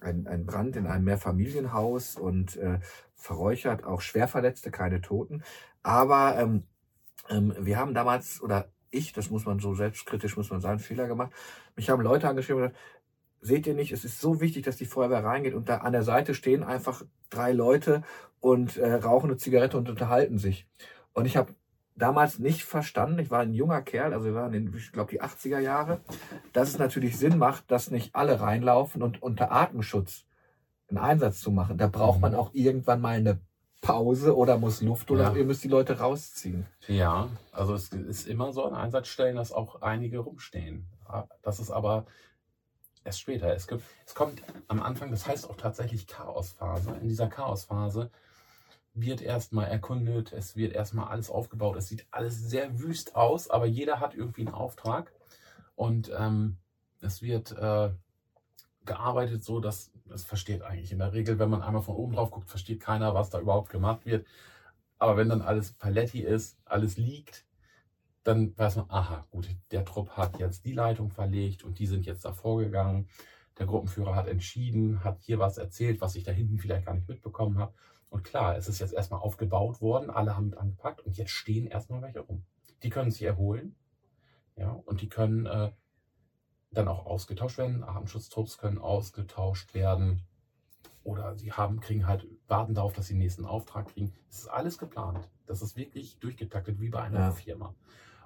ein, ein Brand in einem Mehrfamilienhaus und äh, verräuchert auch Schwerverletzte, keine Toten. Aber ähm, ähm, wir haben damals, oder ich, das muss man so selbstkritisch, muss man sagen, Fehler gemacht. Mich haben Leute angeschrieben und gesagt, seht ihr nicht, es ist so wichtig, dass die Feuerwehr reingeht und da an der Seite stehen einfach drei Leute und äh, rauchen eine Zigarette und unterhalten sich. Und ich habe damals nicht verstanden, ich war ein junger Kerl, also wir waren in, ich glaube, die achtziger Jahre, dass es natürlich Sinn macht, dass nicht alle reinlaufen und unter Atemschutz einen Einsatz zu machen. Da braucht man auch irgendwann mal eine Pause oder muss Luft oder Ja. ihr müsst die Leute rausziehen. Ja, also es ist immer so an Einsatzstellen, dass auch einige rumstehen. Das ist aber erst später. Es, gibt, es kommt am Anfang, das heißt auch tatsächlich Chaosphase. In dieser Chaosphase wird erstmal erkundet, es wird erstmal alles aufgebaut. Es sieht alles sehr wüst aus, aber jeder hat irgendwie einen Auftrag. Und ähm, es wird äh, gearbeitet so, dass, das versteht eigentlich in der Regel, wenn man einmal von oben drauf guckt, versteht keiner, was da überhaupt gemacht wird. Aber wenn dann alles Paletti ist, alles liegt, dann weiß man, aha, gut, der Trupp hat jetzt die Leitung verlegt und die sind jetzt da vorgegangen. Der Gruppenführer hat entschieden, hat hier was erzählt, was ich da hinten vielleicht gar nicht mitbekommen habe. Und klar, es ist jetzt erstmal aufgebaut worden, alle haben mit angepackt und jetzt stehen erstmal welche rum. Die können sich erholen, ja, und die können äh, dann auch ausgetauscht werden. Atemschutztrupps können ausgetauscht werden oder sie haben, kriegen halt, warten darauf, dass sie den nächsten Auftrag kriegen. Das ist alles geplant. Das ist wirklich durchgetaktet wie bei einer Ja. Firma.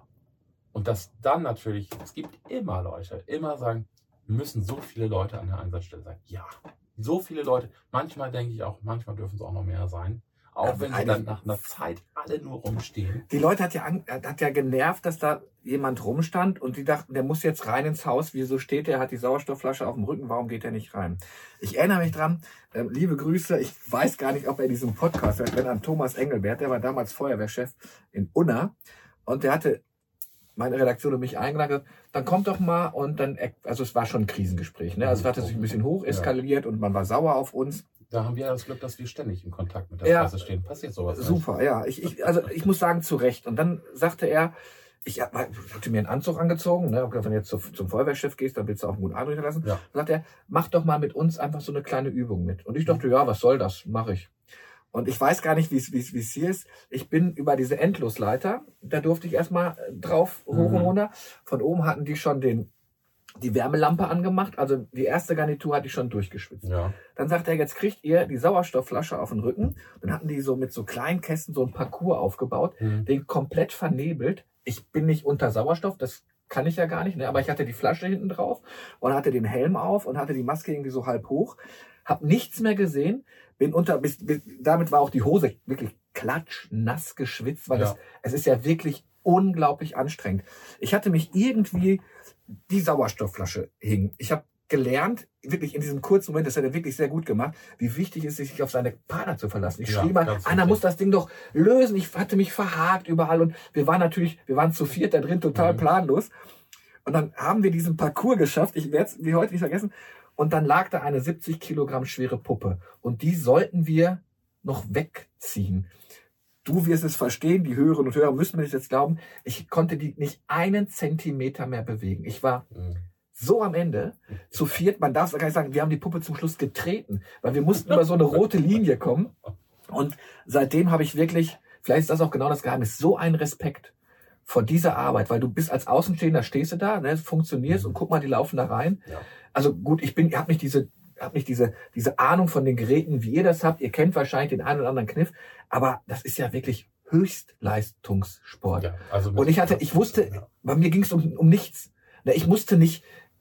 Und dass dann natürlich, es gibt immer Leute, immer sagen, müssen so viele Leute an der Einsatzstelle sein. Ja, so viele Leute. Manchmal denke ich auch, manchmal dürfen es auch noch mehr sein. Auch Ja, wenn sie eine- dann nach einer Zeit alle nur rumstehen. Die Leute hat ja, an, hat ja genervt, dass da jemand rumstand und die dachten, der muss jetzt rein ins Haus. Wieso steht der, hat die Sauerstoffflasche auf dem Rücken, warum geht er nicht rein? Ich erinnere mich dran, äh, liebe Grüße, ich weiß gar nicht, ob er diesen Podcast hört, wenn an Thomas Engelbert, der war damals Feuerwehrchef in Unna und der hatte meine Redaktion und mich eingeladen, dann kommt doch mal und dann, also es war schon ein Krisengespräch, ne? Also es hatte sich ein bisschen hoch eskaliert und man war sauer auf uns. Da haben wir ja das Glück, dass wir ständig in Kontakt mit der Ja. Presse stehen. Passiert sowas nicht. Super, ja. Ich, ich, also ich muss sagen, zu Recht. Und dann sagte er, ich, hab- ich hatte mir einen Anzug angezogen, ne, hab gedacht, wenn du jetzt zu, zum Feuerwehrchef gehst, dann willst du auch einen guten Eindruck hinterlassen. Ja. Dann sagt er, mach doch mal mit uns einfach so eine kleine Übung mit. Und ich dachte, ja, was soll das? Mache ich. Und ich weiß gar nicht, wie es wie es wie es hier ist. Ich bin über diese Endlosleiter, da durfte ich erstmal drauf, hoch und Mhm. runter. Von oben hatten die schon den, die Wärmelampe angemacht. Also die erste Garnitur hatte ich schon durchgeschwitzt. Ja. Dann sagt er, jetzt kriegt ihr die Sauerstoffflasche auf den Rücken. Dann hatten die so mit so kleinen Kästen so ein Parcours aufgebaut, Mhm. den komplett vernebelt. Ich bin nicht unter Sauerstoff, das kann ich ja gar nicht, ne? Aber ich hatte die Flasche hinten drauf und hatte den Helm auf und hatte die Maske irgendwie so halb hoch. Hab nichts mehr gesehen, bin unter, bis, bis, damit war auch die Hose wirklich klatschnass geschwitzt, weil Ja. es, es ist ja wirklich unglaublich anstrengend. Ich hatte mich irgendwie, die Sauerstoffflasche hing. Ich habe gelernt, wirklich in diesem kurzen Moment, das hat er wirklich sehr gut gemacht, wie wichtig es ist, sich auf seine Partner zu verlassen. Ich Ja, schrie mal, ganz einer wichtig. muss das Ding doch lösen. Ich hatte mich verhakt überall und wir waren natürlich, wir waren zu viert da drin, total Mhm. planlos. Und dann haben wir diesen Parcours geschafft. Ich werde es wie heute nicht vergessen. Und dann lag da eine siebzig Kilogramm schwere Puppe. Und die sollten wir noch wegziehen. Du wirst es verstehen, die Hörerinnen und Hörer müssen mir das jetzt glauben. Ich konnte die nicht einen Zentimeter mehr bewegen. Ich war Mhm. so am Ende, zu viert, man darf es gar nicht sagen, wir haben die Puppe zum Schluss getreten, weil wir mussten über so eine rote Linie kommen. Und seitdem habe ich wirklich, vielleicht ist das auch genau das Geheimnis, so einen Respekt vor dieser Arbeit, weil du bist als Außenstehender, stehst du da, ne, funktionierst und guck mal, die laufen da rein. Ja. Also gut, ich bin, habe nicht diese, habe nicht diese, diese Ahnung von den Geräten, wie ihr das habt. Ihr kennt wahrscheinlich den einen oder anderen Kniff, aber das ist ja wirklich Höchstleistungssport. Ja, also mit- Und ich hatte, ich wusste, Ja. bei mir ging es um, um nichts. Ne, Ich musste nicht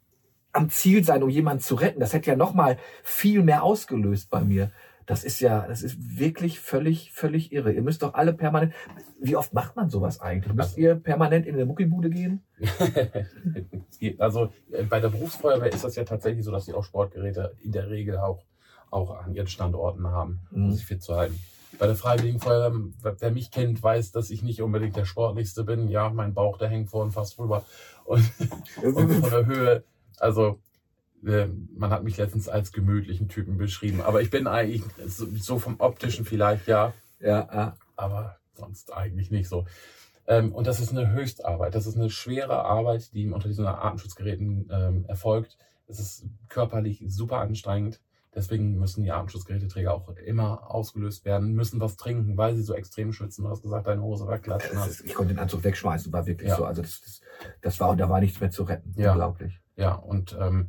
am Ziel sein, um jemanden zu retten. Das hätte ja noch mal viel mehr ausgelöst bei mir. Das ist ja, das ist wirklich völlig, völlig irre. Ihr müsst doch alle permanent, wie oft macht man sowas eigentlich? Müsst Also- ihr permanent in eine Muckibude gehen? Es geht- also äh, bei der Berufsfeuerwehr ist das ja tatsächlich so, dass sie auch Sportgeräte in der Regel auch, auch an ihren Standorten haben, um Mhm. sich fit zu halten. Bei der Freiwilligen Feuerwehr, wer- wer mich kennt, weiß, dass ich nicht unbedingt der Sportlichste bin. Ja, mein Bauch, der hängt vorn fast rüber. Und, und von der Höhe, also äh, man hat mich letztens als gemütlichen Typen beschrieben. Aber ich bin eigentlich so, so vom Optischen vielleicht, ja, Ja, ja. aber sonst eigentlich nicht so. Ähm, und das ist eine Höchstarbeit. Das ist eine schwere Arbeit, die unter diesen Atemschutzgeräten ähm, erfolgt. Es ist körperlich super anstrengend. Deswegen müssen die Atemschutzgeräteträger auch immer ausgelöst werden, müssen was trinken, weil sie so extrem schwitzen. Du hast gesagt, deine Hose war glatt. Das ist, ich konnte den Anzug wegschmeißen, war wirklich Ja. so. Also das, das, das war, und da war nichts mehr zu retten. Ja. Unglaublich. Ja, und ähm,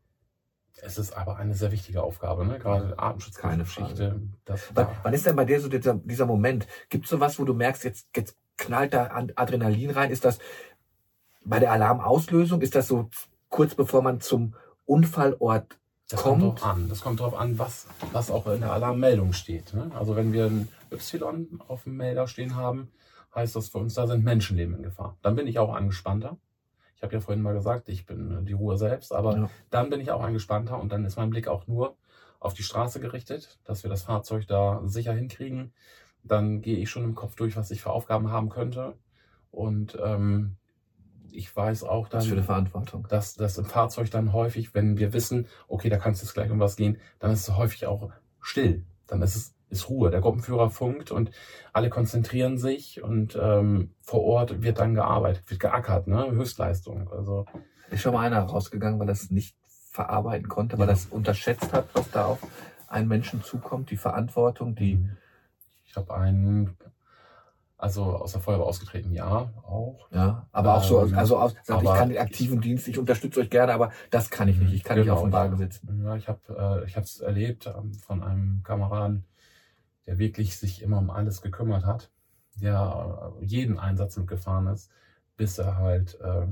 es ist aber eine sehr wichtige Aufgabe, ne? Gerade Keine Atemschutzgeschichte. Das Wann, war, wann ist denn bei dir so dieser, dieser Moment? Gibt es sowas, wo du merkst, jetzt, jetzt knallt da Ad- Adrenalin rein? Ist das bei der Alarmauslösung? Ist das so kurz bevor man zum Unfallort das kommt kommt? drauf an. Das kommt drauf an, was, was auch in der Alarmmeldung steht. Ne? Also wenn wir ein Y auf dem Melder stehen haben, heißt das für uns, da sind Menschenleben in Gefahr. Dann bin ich auch angespannter. Ich habe ja vorhin mal gesagt, ich bin die Ruhe selbst, aber Ja. dann bin ich auch angespannter und dann ist mein Blick auch nur auf die Straße gerichtet, dass wir das Fahrzeug da sicher hinkriegen. Dann gehe ich schon im Kopf durch, was ich für Aufgaben haben könnte. Und ähm, ich weiß auch Was für eine dann, Verantwortung. dass das im Fahrzeug dann häufig, wenn wir wissen, okay, da kann es jetzt gleich um was gehen, dann ist es häufig auch still. Dann ist es ist Ruhe. Der Gruppenführer funkt und alle konzentrieren sich und ähm, vor Ort wird dann gearbeitet, wird geackert, ne? Höchstleistung. Also Ist schon mal einer rausgegangen, weil er es nicht verarbeiten konnte, weil Ja. er es unterschätzt hat, was da auf einen Menschen zukommt, die Verantwortung, die... ich habe einen, also aus der Feuerwehr ausgetreten, ja, auch. Ja, aber auch so, Ähm, also aus, sagt, ich aber kann den aktiven Dienst, ich unterstütze euch gerne, aber das kann ich nicht. Ich kann nicht Genau, auf dem Wagen ja. sitzen. Ja, ich habe äh, ich habe es erlebt ähm, von einem Kameraden, der wirklich sich immer um alles gekümmert hat, der äh, jeden Einsatz mitgefahren ist, bis er halt, äh,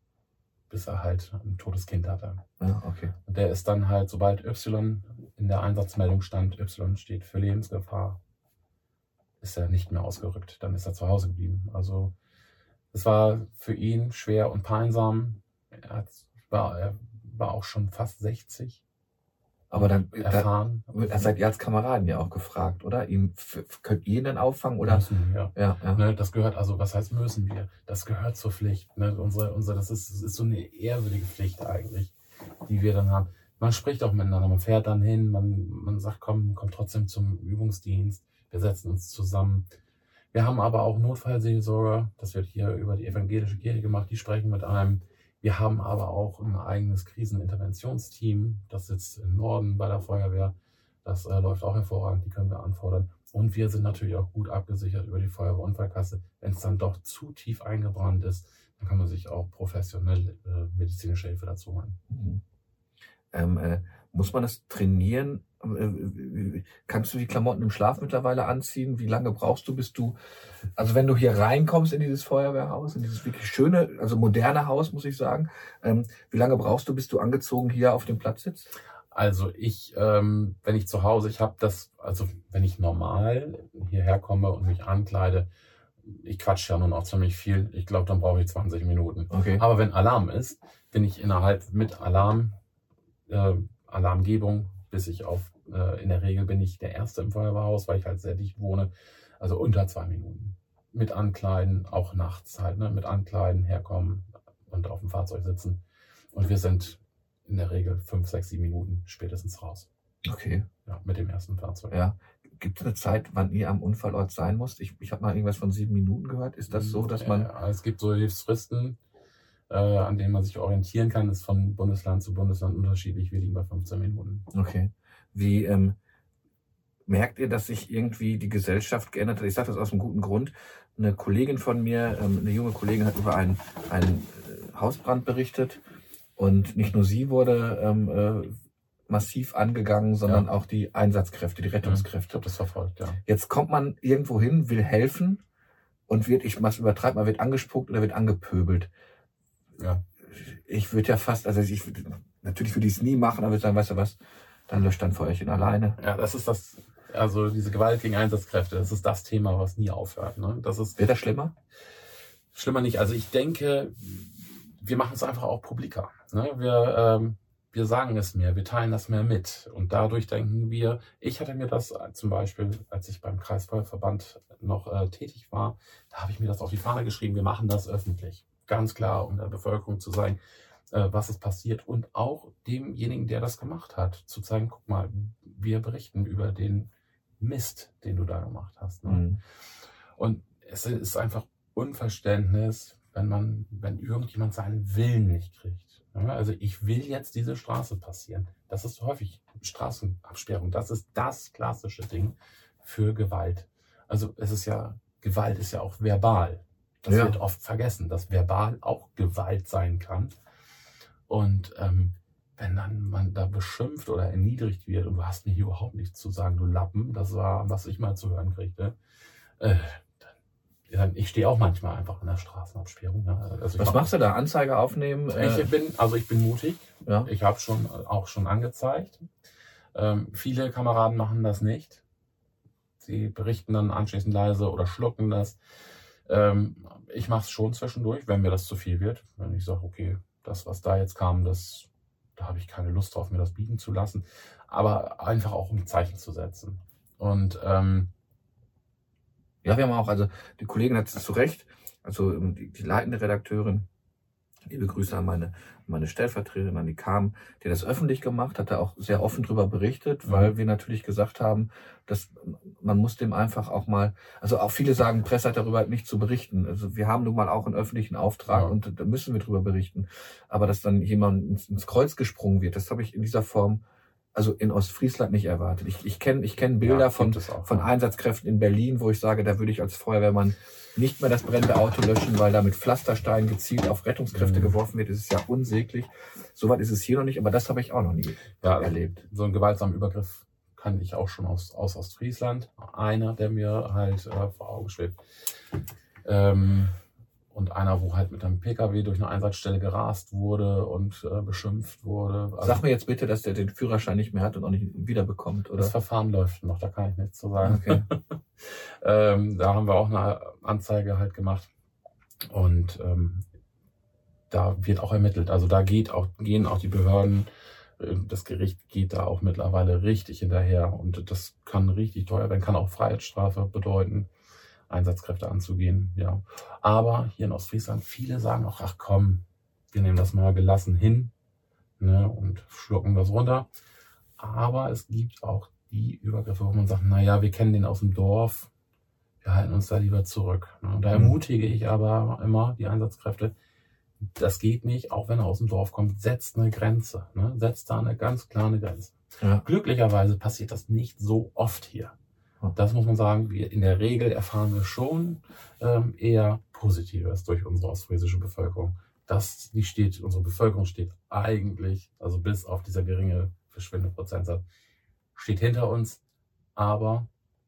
bis er halt ein totes Kind hatte. Ja, okay. Und der ist dann halt, sobald Y in der Einsatzmeldung stand, Y steht für Lebensgefahr, ist er nicht mehr ausgerückt. Dann ist er zu Hause geblieben. Also es war für ihn schwer und peinsam. Er, hat, war, er war auch schon fast sechzig. Aber dann, dann Erfahren. seid ihr als Kameraden ja auch gefragt, oder? Ihm, f- f- könnt ihr ihn dann auffangen, oder? Müssen wir. Ja, ja. Ne, das gehört, also was heißt müssen wir? Das gehört zur Pflicht. Ne? Unsere, unsere, das, ist, das ist so eine ehrwürdige Pflicht eigentlich, die wir dann haben. Man spricht auch miteinander, man fährt dann hin, man, man sagt, komm, komm trotzdem zum Übungsdienst, wir setzen uns zusammen. Wir haben aber auch Notfallseelsorger, das wird hier über die evangelische Kirche gemacht, die sprechen mit einem. Wir haben aber auch ein eigenes Kriseninterventionsteam, das sitzt im Norden bei der Feuerwehr. Das äh, läuft auch hervorragend, die können wir anfordern. Und wir sind natürlich auch gut abgesichert über die Feuerwehrunfallkasse. Wenn es dann doch zu tief eingebrannt ist, dann kann man sich auch professionell äh, medizinische Hilfe dazu holen. Mhm. Ähm, äh, muss man das trainieren? Äh, kannst du die Klamotten im Schlaf mittlerweile anziehen? Wie lange brauchst du, bis du, also wenn du hier reinkommst in dieses Feuerwehrhaus, in dieses wirklich schöne, also moderne Haus, muss ich sagen, ähm, wie lange brauchst du, bis du angezogen hier auf dem Platz sitzt? Also ich, ähm, wenn ich zu Hause, ich habe das, also wenn ich normal hierher komme und mich ankleide, ich quatsche ja nun auch ziemlich viel, ich glaube, dann brauche ich zwanzig Minuten. Okay. Aber wenn Alarm ist, bin ich innerhalb mit Alarm, äh, Alarmgebung, bis ich auf, äh, in der Regel bin ich der Erste im Feuerwehrhaus, weil ich halt sehr dicht wohne, also unter zwei Minuten. Mit Ankleiden, auch nachts halt, ne, mit Ankleiden herkommen und auf dem Fahrzeug sitzen. Und wir sind in der Regel fünf, sechs, sieben Minuten spätestens raus. Okay. Ja, mit dem ersten Fahrzeug. Ja. Gibt es eine Zeit, wann ihr am Unfallort sein müsst? Ich, ich habe mal irgendwas von sieben Minuten gehört. Ist das so, dass man... Ja, es gibt so Hilfsfristen, äh, an denen man sich orientieren kann. Das ist von Bundesland zu Bundesland unterschiedlich. Wir liegen bei fünfzehn Minuten. Okay. Wie ähm, merkt ihr, dass sich irgendwie die Gesellschaft geändert hat? Ich sage das aus einem guten Grund. Eine Kollegin von mir, ähm, eine junge Kollegin, hat über einen, einen äh, Hausbrand berichtet. Und nicht nur sie wurde ähm, äh, massiv angegangen, sondern Ja. auch die Einsatzkräfte, die Ich Rettungskräfte. habe das verfolgt, ja. Jetzt kommt man irgendwo hin, will helfen und wird, ich mach's übertreibt, man wird angespuckt oder wird angepöbelt. Ja. Ich würde ja fast, also ich würd- natürlich würde ich es nie machen, aber ich würde sagen, weißt du was, dann löscht dein Feuerchen alleine. Ja, das ist das, also diese Gewalt gegen Einsatzkräfte, das ist das Thema, was nie aufhört. Ne? Das ist Wird das schlimmer? schlimmer nicht. Also ich denke, wir machen es einfach auch publiker. Ne? Wir, ähm, wir sagen es mehr, wir teilen das mehr mit. Und dadurch denken wir, ich hatte mir das zum Beispiel, als ich beim Kreisfeuerverband noch äh, tätig war, da habe ich mir das auf die Fahne geschrieben, wir machen das öffentlich. Ganz klar, um der Bevölkerung zu sagen, äh, was ist passiert. Und auch demjenigen, der das gemacht hat, zu zeigen, guck mal, wir berichten über den Mist, den du da gemacht hast. Ne? Mhm. Und es ist einfach Unverständnis, wenn man, wenn irgendjemand seinen Willen nicht kriegt. Ja, also ich will jetzt diese Straße passieren. Das ist häufig Straßenabsperrung. Das ist das klassische Ding für Gewalt. Also es ist ja, Gewalt ist ja auch verbal. Das Ja. wird oft vergessen, dass verbal auch Gewalt sein kann. Und ähm, wenn dann man da beschimpft oder erniedrigt wird und du hast mir hier überhaupt nichts zu sagen, du Lappen, das war, was ich mal zu hören kriegte, äh, dann, ich stehe auch manchmal einfach in der Straßenabsperrung. Ja. Also ich Was mach, machst du da? Anzeige aufnehmen? Äh, ich bin, also ich bin mutig. ja. Ich habe schon auch schon angezeigt. Ähm, viele Kameraden machen das nicht. Sie berichten dann anschließend leise oder schlucken das. Ähm, ich mache es schon zwischendurch, wenn mir das zu viel wird. Wenn ich sage, okay, das, was da jetzt kam, das, da habe ich keine Lust drauf, mir das bieten zu lassen. Aber einfach auch, um Zeichen zu setzen. Und ähm, Ja, wir haben auch, also die Kollegin hat es zu Recht, also ähm, die, die leitende Redakteurin, liebe Grüße an meine, meine Stellvertreterin, an die Kam, die hat das öffentlich gemacht, hat da auch sehr offen drüber berichtet, Mhm. weil wir natürlich gesagt haben, dass man muss dem einfach auch mal, also auch viele sagen, Presse hat darüber nicht zu berichten. Also wir haben nun mal auch einen öffentlichen Auftrag Ja. und da müssen wir drüber berichten. Aber dass dann jemand ins, ins Kreuz gesprungen wird, das habe ich in dieser Form, also in Ostfriesland nicht erwartet. Ich, ich kenne ich kenn Bilder ja, von gibt es auch, von ja. Einsatzkräften in Berlin, wo ich sage, da würde ich als Feuerwehrmann nicht mehr das brennende Auto löschen, weil da mit Pflastersteinen gezielt auf Rettungskräfte Mhm. geworfen wird. Das ist ja unsäglich. Soweit ist es hier noch nicht, aber das habe ich auch noch nie Ja, erlebt. so einen gewaltsamen Übergriff kann ich auch schon aus, aus Ostfriesland. Einer, der mir halt äh, vor Augen schwebt. Ähm, und einer, wo halt mit einem Pkw durch eine Einsatzstelle gerast wurde und äh, beschimpft wurde. Also Sag mir jetzt bitte, dass der den Führerschein nicht mehr hat und auch nicht wiederbekommt, oder? das Verfahren läuft noch, da kann ich nichts zu sagen. Okay. ähm, da haben wir auch eine Anzeige halt gemacht. Und ähm, da wird auch ermittelt. Also da geht auch, gehen auch die Behörden, äh, das Gericht geht da auch mittlerweile richtig hinterher. Und das kann richtig teuer werden, kann auch Freiheitsstrafe bedeuten, Einsatzkräfte anzugehen. Ja. Aber hier in Ostfriesland, viele sagen auch, ach komm, wir nehmen das mal gelassen hin, ne, und schlucken das runter. Aber es gibt auch die Übergriffe, wo man sagt, naja, wir kennen den aus dem Dorf, wir halten uns da lieber zurück. Ne. Und da Mhm. ermutige ich aber immer die Einsatzkräfte, das geht nicht, auch wenn er aus dem Dorf kommt, setzt eine Grenze. Ne? Setzt da eine ganz klare Grenze. Ja. Glücklicherweise passiert das nicht so oft hier. Das muss man sagen, wir in der Regel erfahren wir schon ähm, eher Positives durch unsere ostfriesische Bevölkerung. Das, die steht, unsere Bevölkerung steht eigentlich, also bis auf dieser geringe verschwindende Prozentsatz, steht hinter uns, aber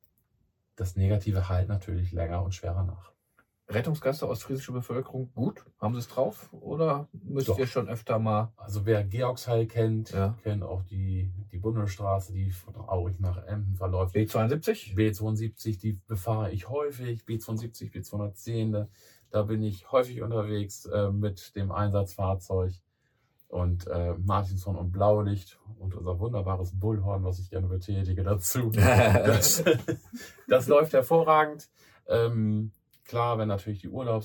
das Negative halt natürlich länger und schwerer nach. Rettungsgasse, ostfriesische Bevölkerung, gut? Haben Sie es drauf? Oder müsst Doch. ihr schon öfter mal... Also wer Georgsheil kennt, Ja. kennt auch die, die Bundesstraße, die von Aurich nach Emden verläuft. B zweiundsiebzig? B zweiundsiebzig, die befahre ich häufig, B zweiundsiebzig, B zweihundertzehn, da, da bin ich häufig unterwegs äh, mit dem Einsatzfahrzeug. Und äh, Martinshorn und Blaulicht und unser wunderbares Bullhorn, was ich gerne betätige, dazu. Das, das läuft hervorragend. Ähm, klar, wenn natürlich die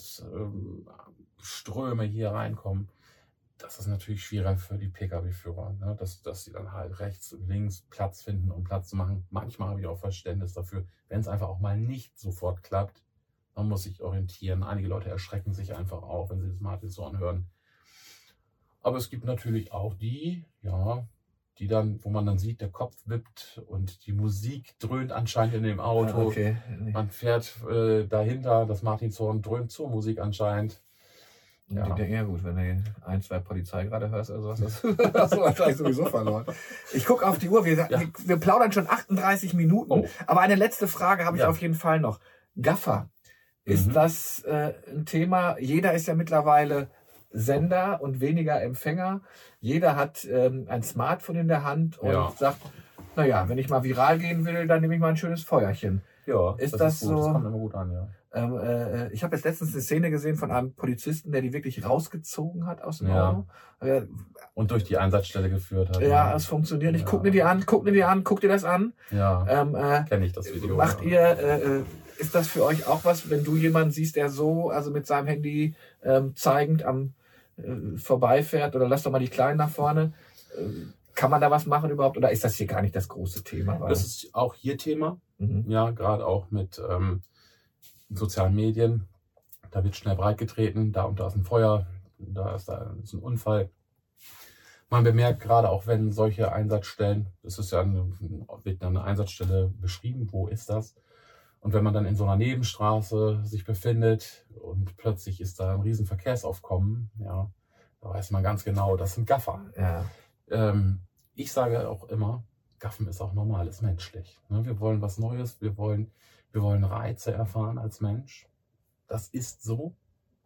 Urlaubsströme ähm, hier reinkommen, das ist natürlich schwieriger für die Pkw-Führer, ne? dass, dass sie dann halt rechts und links Platz finden, um Platz zu machen. Manchmal habe ich auch Verständnis dafür, wenn es einfach auch mal nicht sofort klappt. Man muss sich orientieren. Einige Leute erschrecken sich einfach auch, wenn sie das Martinshorn hören. Aber es gibt natürlich auch die, ja, die dann, wo man dann sieht, der Kopf wippt und die Musik dröhnt anscheinend in dem Auto. Ah, okay. Man fährt äh, dahinter, das Martinshorn dröhnt zur Musik anscheinend. Ja. Ja. Die denken, ja gut, wenn du ein, zwei Polizei gerade hörst oder sowas, das hast du wahrscheinlich sowieso verloren. Ich gucke auf die Uhr, wir, Ja. wir, wir plaudern schon achtunddreißig Minuten, Oh. aber eine letzte Frage habe ich Ja. auf jeden Fall noch. Gaffer, ist Mhm. das äh, ein Thema? Jeder ist ja mittlerweile Sender und weniger Empfänger. Jeder hat ähm, ein Smartphone in der Hand und Ja. sagt, naja, wenn ich mal viral gehen will, dann nehme ich mal ein schönes Feuerchen. Ja, Ist das gut. so- Das kommt immer gut an, ja. Ähm, äh, ich habe jetzt letztens eine Szene gesehen von einem Polizisten, der die wirklich rausgezogen hat aus dem Ja. Auto. Äh, Und durch die Einsatzstelle geführt hat. ja, ne? es funktioniert. Ich Ja. guck mir die an, guck mir die an, guck dir das an. Ja, Ähm, äh, kenne ich das Video. macht ja. ihr, äh, äh, ist das für euch auch was, wenn du jemanden siehst, der so, also mit seinem Handy ähm, zeigend am äh, vorbeifährt oder lass doch mal die Kleinen nach vorne. Äh, kann man da was machen überhaupt oder ist das hier gar nicht das große Thema? Weil, Das ist auch hier Thema, mhm. ja, gerade auch mit ähm, sozialen Medien. Da wird schnell breitgetreten, da und da ist ein Feuer, da ist, da ist ein Unfall. Man bemerkt gerade auch, wenn solche Einsatzstellen, das ist ja eine, wird eine Einsatzstelle beschrieben, wo ist das? Und wenn man dann in so einer Nebenstraße sich befindet und plötzlich ist da ein riesen Verkehrsaufkommen, ja, da weiß man ganz genau, das sind Gaffer. Ja. Ähm, ich sage auch immer, Gaffen ist auch normal, ist menschlich. Ne? Wir wollen was Neues, wir wollen, wir wollen Reize erfahren als Mensch. Das ist so.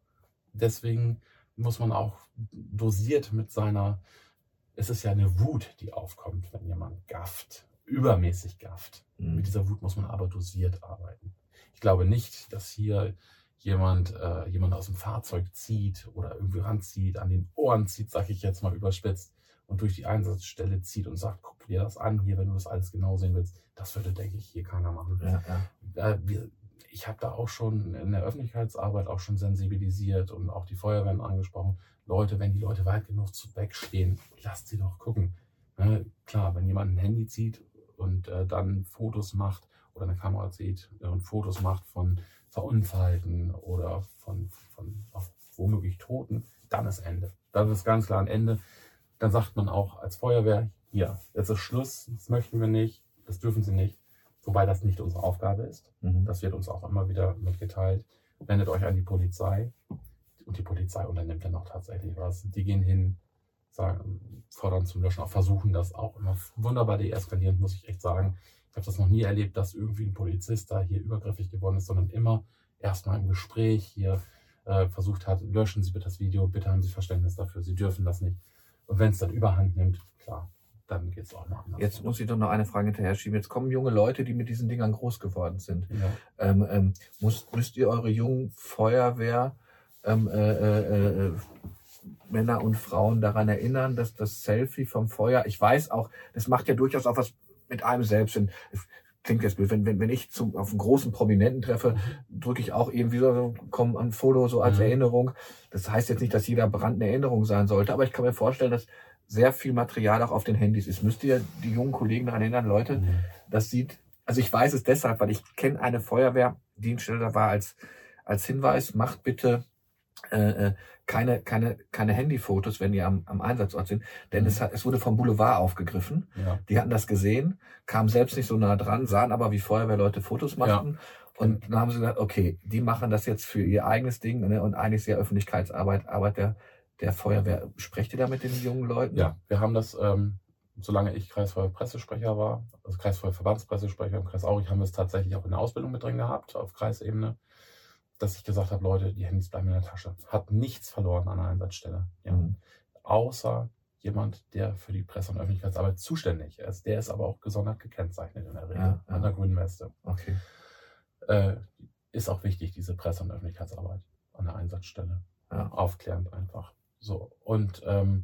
Deswegen muss man auch dosiert mit seiner, es ist ja eine Wut, die aufkommt, wenn jemand gafft, übermäßig gafft. Mhm. Mit dieser Wut muss man aber dosiert arbeiten. Ich glaube nicht, dass hier jemand, äh, jemand aus dem Fahrzeug zieht oder irgendwie ranzieht, an den Ohren zieht, sage ich jetzt mal überspitzt, und durch die Einsatzstelle zieht und sagt, guck dir das an hier, wenn du das alles genau sehen willst. Das würde, denke ich, hier keiner machen. Ja, ja. Äh, wir, ich habe da auch schon in der Öffentlichkeitsarbeit auch schon sensibilisiert und auch die Feuerwehren angesprochen. Leute, wenn die Leute weit genug zu wegstehen, lasst sie doch gucken. Ne? Klar, wenn jemand ein Handy zieht und äh, dann Fotos macht oder eine Kamera zieht äh, und Fotos macht von Verunfallten oder von, von auch womöglich Toten, dann ist Ende. Dann ist ganz klar ein Ende. Dann sagt man auch als Feuerwehr, hier, jetzt ist Schluss, das möchten wir nicht, das dürfen sie nicht. Wobei das nicht unsere Aufgabe ist. Mhm. Das wird uns auch immer wieder mitgeteilt. Wendet euch an die Polizei. Und die Polizei unternimmt dann auch tatsächlich was. Die gehen hin, sagen, fordern zum Löschen, auch versuchen das auch immer wunderbar deeskalierend, muss ich echt sagen. Ich habe das noch nie erlebt, dass irgendwie ein Polizist da hier übergriffig geworden ist, sondern immer erstmal im Gespräch hier äh, versucht hat, löschen Sie bitte das Video, bitte haben Sie Verständnis dafür, Sie dürfen das nicht. Und wenn es dann überhand nimmt, klar, dann geht es auch mal anders. Jetzt muss ich doch noch eine Frage hinterher schieben. Jetzt kommen junge Leute, die mit diesen Dingern groß geworden sind. Ja. Ähm, ähm, müsst, müsst ihr eure jungen Feuerwehr ähm, äh, äh, äh, Männer und Frauen daran erinnern, dass das Selfie vom Feuer, ich weiß auch, das macht ja durchaus auch was mit einem selbst. Und es klingt jetzt blöd, wenn, wenn, wenn ich zum, auf einen großen Prominenten treffe, drücke ich auch irgendwie so, komm ein Foto so als Mhm. Erinnerung. Das heißt jetzt nicht, dass jeder Brand eine Erinnerung sein sollte, aber ich kann mir vorstellen, dass sehr viel Material auch auf den Handys ist. Müsst ihr die jungen Kollegen daran erinnern, Leute, Mhm. das sieht, also ich weiß es deshalb, weil ich kenne eine Feuerwehrdienststelle, da war als, als Hinweis, macht bitte äh, keine, keine, keine Handyfotos, wenn ihr am, am Einsatzort sind, denn Mhm. es, hat, es wurde vom Boulevard aufgegriffen. Ja. Die hatten das gesehen, kamen selbst nicht so nah dran, sahen aber, wie Feuerwehrleute Fotos machten. Und dann haben sie gesagt, okay, die machen das jetzt für ihr eigenes Ding, ne? Und eigentlich sehr Öffentlichkeitsarbeit, Arbeit der, der Feuerwehr. Sprecht ihr da mit den jungen Leuten? Ja, wir haben das, ähm, solange ich Kreisfeuerpressesprecher war, also Kreisfeuerverbandspressesprecher im Kreis Aurich, haben wir es tatsächlich auch in der Ausbildung mit drin gehabt, auf Kreisebene, dass ich gesagt habe, Leute, die Handys bleiben in der Tasche. Hat nichts verloren an der Einsatzstelle. Ja. Mhm. Außer jemand, der für die Presse- und Öffentlichkeitsarbeit zuständig ist. Der ist aber auch gesondert gekennzeichnet in der Regel, Ja, ja. mit einer grünen Weste. Okay. Äh, ist auch wichtig, diese Presse- und Öffentlichkeitsarbeit an der Einsatzstelle. Ja. Aufklärend einfach. So. Und ähm,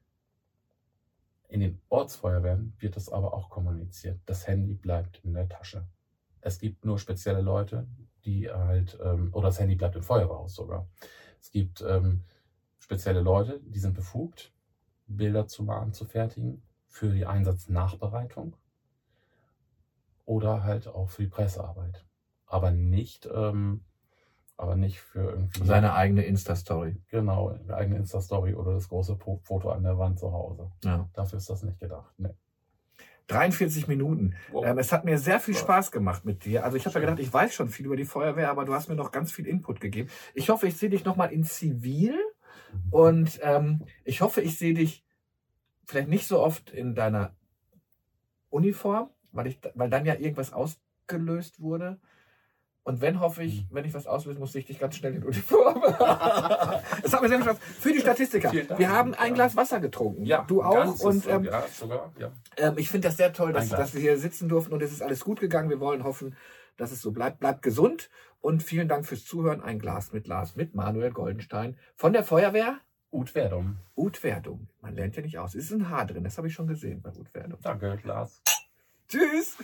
in den Ortsfeuerwehren wird das aber auch kommuniziert. Das Handy bleibt in der Tasche. Es gibt nur spezielle Leute, die halt, ähm, oder das Handy bleibt im Feuerwehrhaus sogar. Es gibt ähm, spezielle Leute, die sind befugt, Bilder zu machen, zu fertigen für die Einsatznachbereitung oder halt auch für die Pressearbeit. Aber nicht, ähm, aber nicht für irgendwie Seine eigene Insta-Story. genau eine eigene Insta-Story oder das große Po- Foto an der Wand zu Hause. Ja. Dafür ist das nicht gedacht. Nee. dreiundvierzig Minuten. Wow. Ähm, es hat mir sehr viel Ja. Spaß gemacht mit dir. Also ich habe ja Schön. gedacht, ich weiß schon viel über die Feuerwehr, aber du hast mir noch ganz viel Input gegeben. Ich hoffe, ich sehe dich nochmal in Zivil und ähm, ich hoffe, ich sehe dich vielleicht nicht so oft in deiner Uniform, weil, ich, weil dann ja irgendwas ausgelöst wurde. Und wenn, hoffe ich, Mhm. wenn ich was auslösen muss, sehe ich dich ganz schnell in Uniform. Es hat mir sehr viel Spaß. Für die Statistiker. Vielen Dank. Wir haben ein Ja. Glas Wasser getrunken. Ja, Du auch. ganzes, Und ähm, ja, sogar, ja. ähm, ich finde das sehr toll, dass, Ein Glas. dass wir hier sitzen durften und es ist alles gut gegangen. Wir wollen hoffen, dass es so bleibt. Bleibt gesund und vielen Dank fürs Zuhören. Ein Glas mit Lars mit Manuel Goldenstein von der Feuerwehr Utverdum. Utverdum. Man lernt ja nicht aus. Es ist ein Haar drin, das habe ich schon gesehen bei Utverdum. Danke, Lars. Tschüss!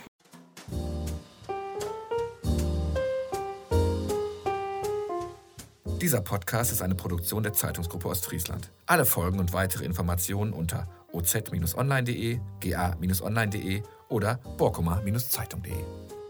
Dieser Podcast ist eine Produktion der Zeitungsgruppe Ostfriesland. Alle Folgen und weitere Informationen unter oz Bindestrich online punkt de, ga Bindestrich online punkt de oder borkumer Bindestrich zeitung punkt de.